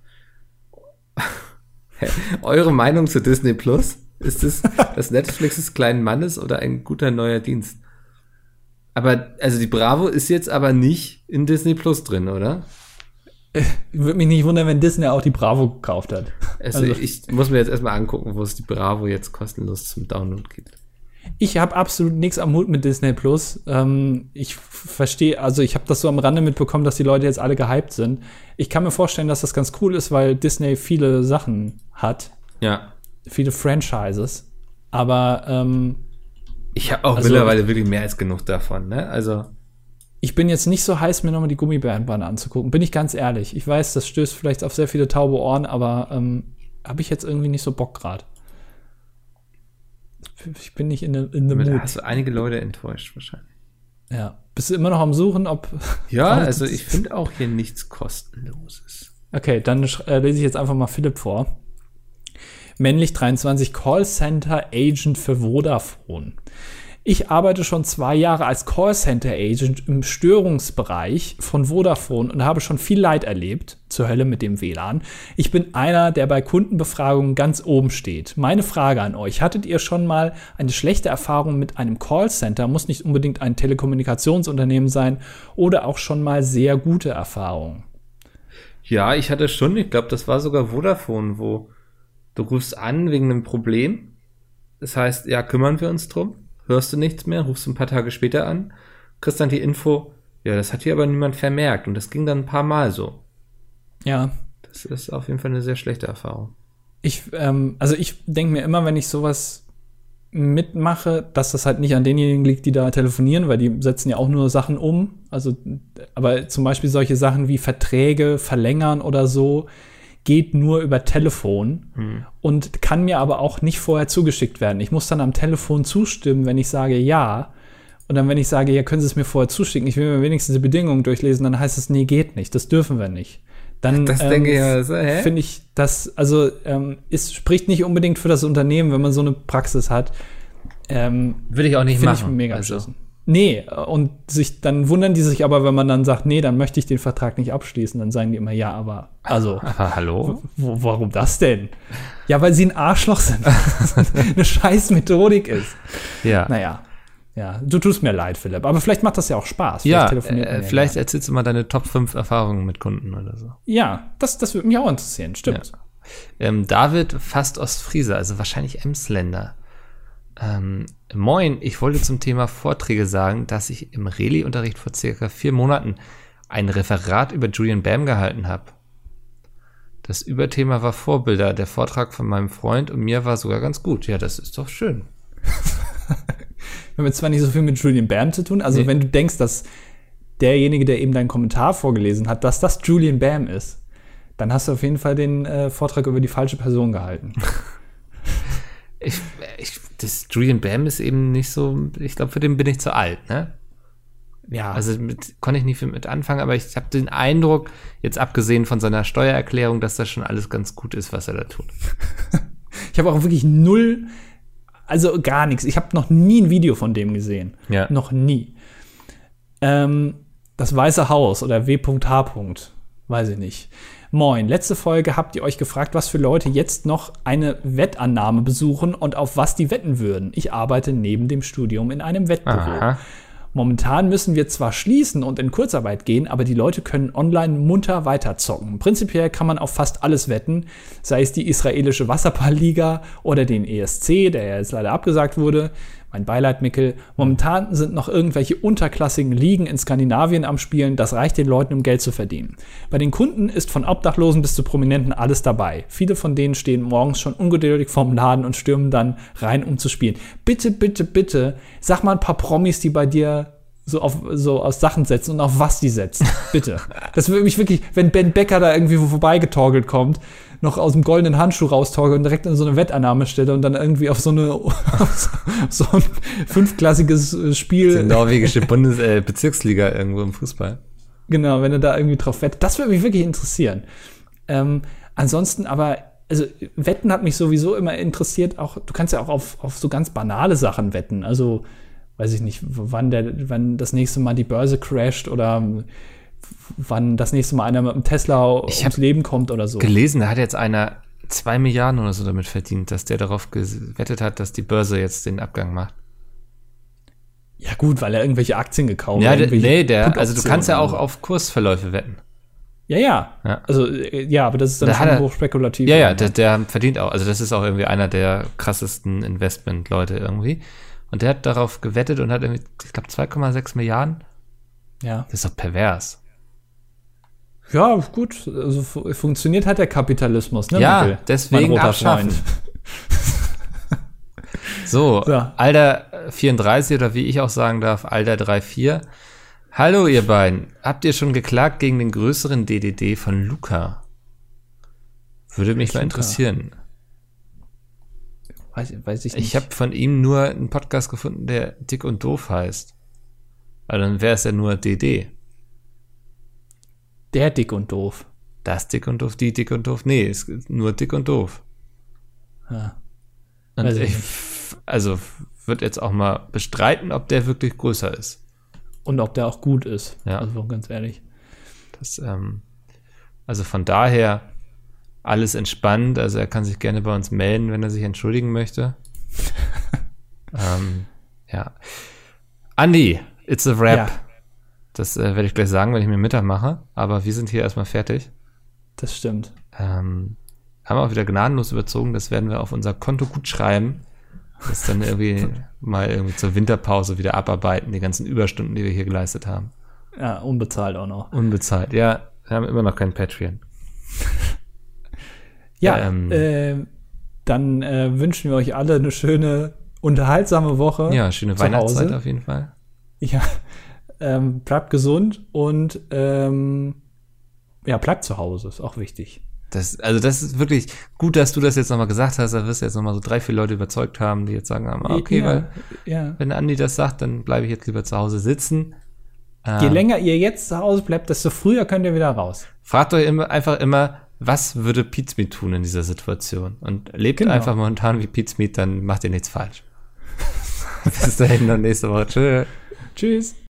Eure Meinung zu Disney Plus? Ist es das Netflix des kleinen Mannes oder ein guter neuer Dienst? Aber, also die Bravo ist jetzt aber nicht in Disney Plus drin, oder? Würde mich nicht wundern, wenn Disney auch die Bravo gekauft hat. Also ich muss mir jetzt erstmal angucken, wo es die Bravo jetzt kostenlos zum Download gibt. Ich habe absolut nichts am Hut mit Disney Plus. Ich verstehe, also ich habe das so am Rande mitbekommen, dass die Leute jetzt alle gehypt sind. Ich kann mir vorstellen, dass das ganz cool ist, weil Disney viele Sachen hat. Ja. Viele Franchises. Aber ich habe auch mittlerweile wirklich mehr als genug davon, ne? Also ich bin jetzt nicht so heiß, mir nochmal die Gummibärenbahn anzugucken. Bin ich ganz ehrlich. Ich weiß, das stößt vielleicht auf sehr viele taube Ohren, aber habe ich jetzt irgendwie nicht so Bock gerade. Ich bin nicht in the mood. Hast du einige Leute enttäuscht wahrscheinlich. Ja. Bist du immer noch am Suchen, ob... Ja, also ich finde auch hier nichts Kostenloses. Okay, dann lese ich jetzt einfach mal Philipp vor. Männlich 23, Callcenter Agent für Vodafone. Ich arbeite schon 2 Jahre als Callcenter-Agent im Störungsbereich von Vodafone und habe schon viel Leid erlebt, zur Hölle mit dem WLAN. Ich bin einer, der bei Kundenbefragungen ganz oben steht. Meine Frage an euch, hattet ihr schon mal eine schlechte Erfahrung mit einem Callcenter? Muss nicht unbedingt ein Telekommunikationsunternehmen sein oder auch schon mal sehr gute Erfahrungen? Ja, ich hatte schon, ich glaube, das war sogar Vodafone, wo du rufst an wegen einem Problem. Das heißt, ja, kümmern wir uns drum. Hörst du nichts mehr, rufst ein paar Tage später an, kriegst dann die Info, ja, das hat hier aber niemand vermerkt. Und das ging dann ein paar Mal so. Ja. Das ist auf jeden Fall eine sehr schlechte Erfahrung. Ich denke mir immer, wenn ich sowas mitmache, dass das halt nicht an denjenigen liegt, die da telefonieren, weil die setzen ja auch nur Sachen um. Also, aber zum Beispiel solche Sachen wie Verträge verlängern oder so, geht nur über Telefon und kann mir aber auch nicht vorher zugeschickt werden. Ich muss dann am Telefon zustimmen, wenn ich sage ja. Und dann, wenn ich sage, ja, können Sie es mir vorher zuschicken, ich will mir wenigstens die Bedingungen durchlesen, dann heißt es, nee, geht nicht, das dürfen wir nicht. Dann finde ich, das, also es spricht nicht unbedingt für das Unternehmen, wenn man so eine Praxis hat. Würde ich auch nicht machen. Finde ich mega beschissen. Nee, und dann wundern die sich aber, wenn man dann sagt, nee, dann möchte ich den Vertrag nicht abschließen, dann sagen die immer, ja, aber, also. Aber hallo? Warum das denn? Ja, weil sie ein Arschloch sind. Eine scheiß Methodik ist. Ja. Naja. Ja, du tust mir leid, Philipp. Aber vielleicht macht das ja auch Spaß. Vielleicht erzählst du mal deine Top 5 Erfahrungen mit Kunden oder so. Ja, das würde mich auch interessieren, stimmt. Ja. David fast Ostfriese, also wahrscheinlich Emsländer. Moin, ich wollte zum Thema Vorträge sagen, dass ich im Reli-Unterricht vor circa 4 Monaten ein Referat über Julian Bam gehalten habe. Das Überthema war Vorbilder. Der Vortrag von meinem Freund und mir war sogar ganz gut. Ja, das ist doch schön. Wir haben jetzt zwar nicht so viel mit Julian Bam zu tun, also wenn du denkst, dass derjenige, der eben deinen Kommentar vorgelesen hat, dass das Julian Bam ist, dann hast du auf jeden Fall den Vortrag über die falsche Person gehalten. Das Julian Bam ist eben nicht so, ich glaube, für den bin ich zu alt, ne? Ja. Also konnte ich nicht viel mit anfangen, aber ich habe den Eindruck, jetzt abgesehen von seiner Steuererklärung, dass das schon alles ganz gut ist, was er da tut. Ich habe auch wirklich null, also gar nichts. Ich habe noch nie ein Video von dem gesehen. Ja. Noch nie. Das Weiße Haus oder W.H. Weiß ich nicht. Moin, letzte Folge habt ihr euch gefragt, was für Leute jetzt noch eine Wettannahme besuchen und auf was die wetten würden. Ich arbeite neben dem Studium in einem Wettbüro. Aha. Momentan müssen wir zwar schließen und in Kurzarbeit gehen, aber die Leute können online munter weiterzocken. Prinzipiell kann man auf fast alles wetten, sei es die israelische Wasserballliga oder den ESC, der ja jetzt leider abgesagt wurde. Mein Beileid, Mickel. Momentan sind noch irgendwelche unterklassigen Ligen in Skandinavien am Spielen. Das reicht den Leuten, um Geld zu verdienen. Bei den Kunden ist von Obdachlosen bis zu Prominenten alles dabei. Viele von denen stehen morgens schon ungeduldig vorm Laden und stürmen dann rein, um zu spielen. Bitte, bitte, bitte, sag mal ein paar Promis, die bei dir so aus Sachen setzen und auf was die setzen. Bitte. Das würde mich wirklich, wenn Ben Becker da irgendwie vorbeigetorgelt kommt, noch aus dem goldenen Handschuh raustorgelt und direkt in so eine Wettannahme stelle und dann irgendwie auf so ein 5-klassiges Spiel. Die norwegische Bezirksliga irgendwo im Fußball. Genau, wenn er da irgendwie drauf wettet. Das würde mich wirklich interessieren. Ansonsten aber, also Wetten hat mich sowieso immer interessiert. Auch, du kannst ja auch auf so ganz banale Sachen wetten. Also, weiß ich nicht, wann das nächste Mal die Börse crasht oder wann das nächste Mal einer mit einem Tesla ums Leben kommt oder so. Gelesen, da hat jetzt einer 2 Milliarden oder so damit verdient, dass der darauf gewettet hat, dass die Börse jetzt den Abgang macht. Ja gut, weil er irgendwelche Aktien gekauft hat. Ja, also du kannst ja auch auf Kursverläufe wetten. Ja. Also, ja, aber das ist dann schon hochspekulativ. Ja, der verdient auch, also das ist auch irgendwie einer der krassesten Investment-Leute irgendwie. Und der hat darauf gewettet und hat irgendwie, ich glaube, 2,6 Milliarden. Ja. Das ist doch pervers. Ja, gut. Also funktioniert halt der Kapitalismus, ne? Ja, Mikkel? deswegen abschaffen. So, Alter 34 oder wie ich auch sagen darf, Alter 34. Hallo ihr beiden. Habt ihr schon geklagt gegen den größeren DDD von Luca? Würde mich mal interessieren. Weiß ich nicht. Ich habe von ihm nur einen Podcast gefunden, der Dick und Doof heißt. Also dann wäre es ja nur DD. Der Dick und Doof. Das Dick und Doof, die Dick und Doof. Nee, es ist nur Dick und Doof. Ja. Und also würde jetzt auch mal bestreiten, ob der wirklich größer ist. Und ob der auch gut ist. Ja. Also ganz ehrlich. Das, also von daher alles entspannt. Also er kann sich gerne bei uns melden, wenn er sich entschuldigen möchte. Ja. Andi, it's a wrap. Ja. Das werde ich gleich sagen, wenn ich mir Mittag mache. Aber wir sind hier erstmal fertig. Das stimmt. Haben wir auch wieder gnadenlos überzogen. Das werden wir auf unser Konto gut schreiben. Das dann irgendwie mal irgendwie zur Winterpause wieder abarbeiten. Die ganzen Überstunden, die wir hier geleistet haben. Ja, unbezahlt auch noch. Unbezahlt, ja. Wir haben immer noch kein Patreon. Ja, dann wünschen wir euch alle eine schöne, unterhaltsame Woche. Ja, schöne Weihnachtszeit auf jeden Fall. Ja, bleibt gesund und bleibt zu Hause, ist auch wichtig. Das ist wirklich gut, dass du das jetzt nochmal gesagt hast. Da wirst du jetzt nochmal so 3-4 Leute überzeugt haben, die jetzt sagen, okay, weil wenn Andi das sagt, dann bleibe ich jetzt lieber zu Hause sitzen. Je länger ihr jetzt zu Hause bleibt, desto früher könnt ihr wieder raus. Fragt euch einfach immer, was würde Pete Smith tun in dieser Situation? Und lebt einfach momentan wie Pete Smith, dann macht ihr nichts falsch. Bis dahin, dann nächste Woche. Tschüss. Tschüss.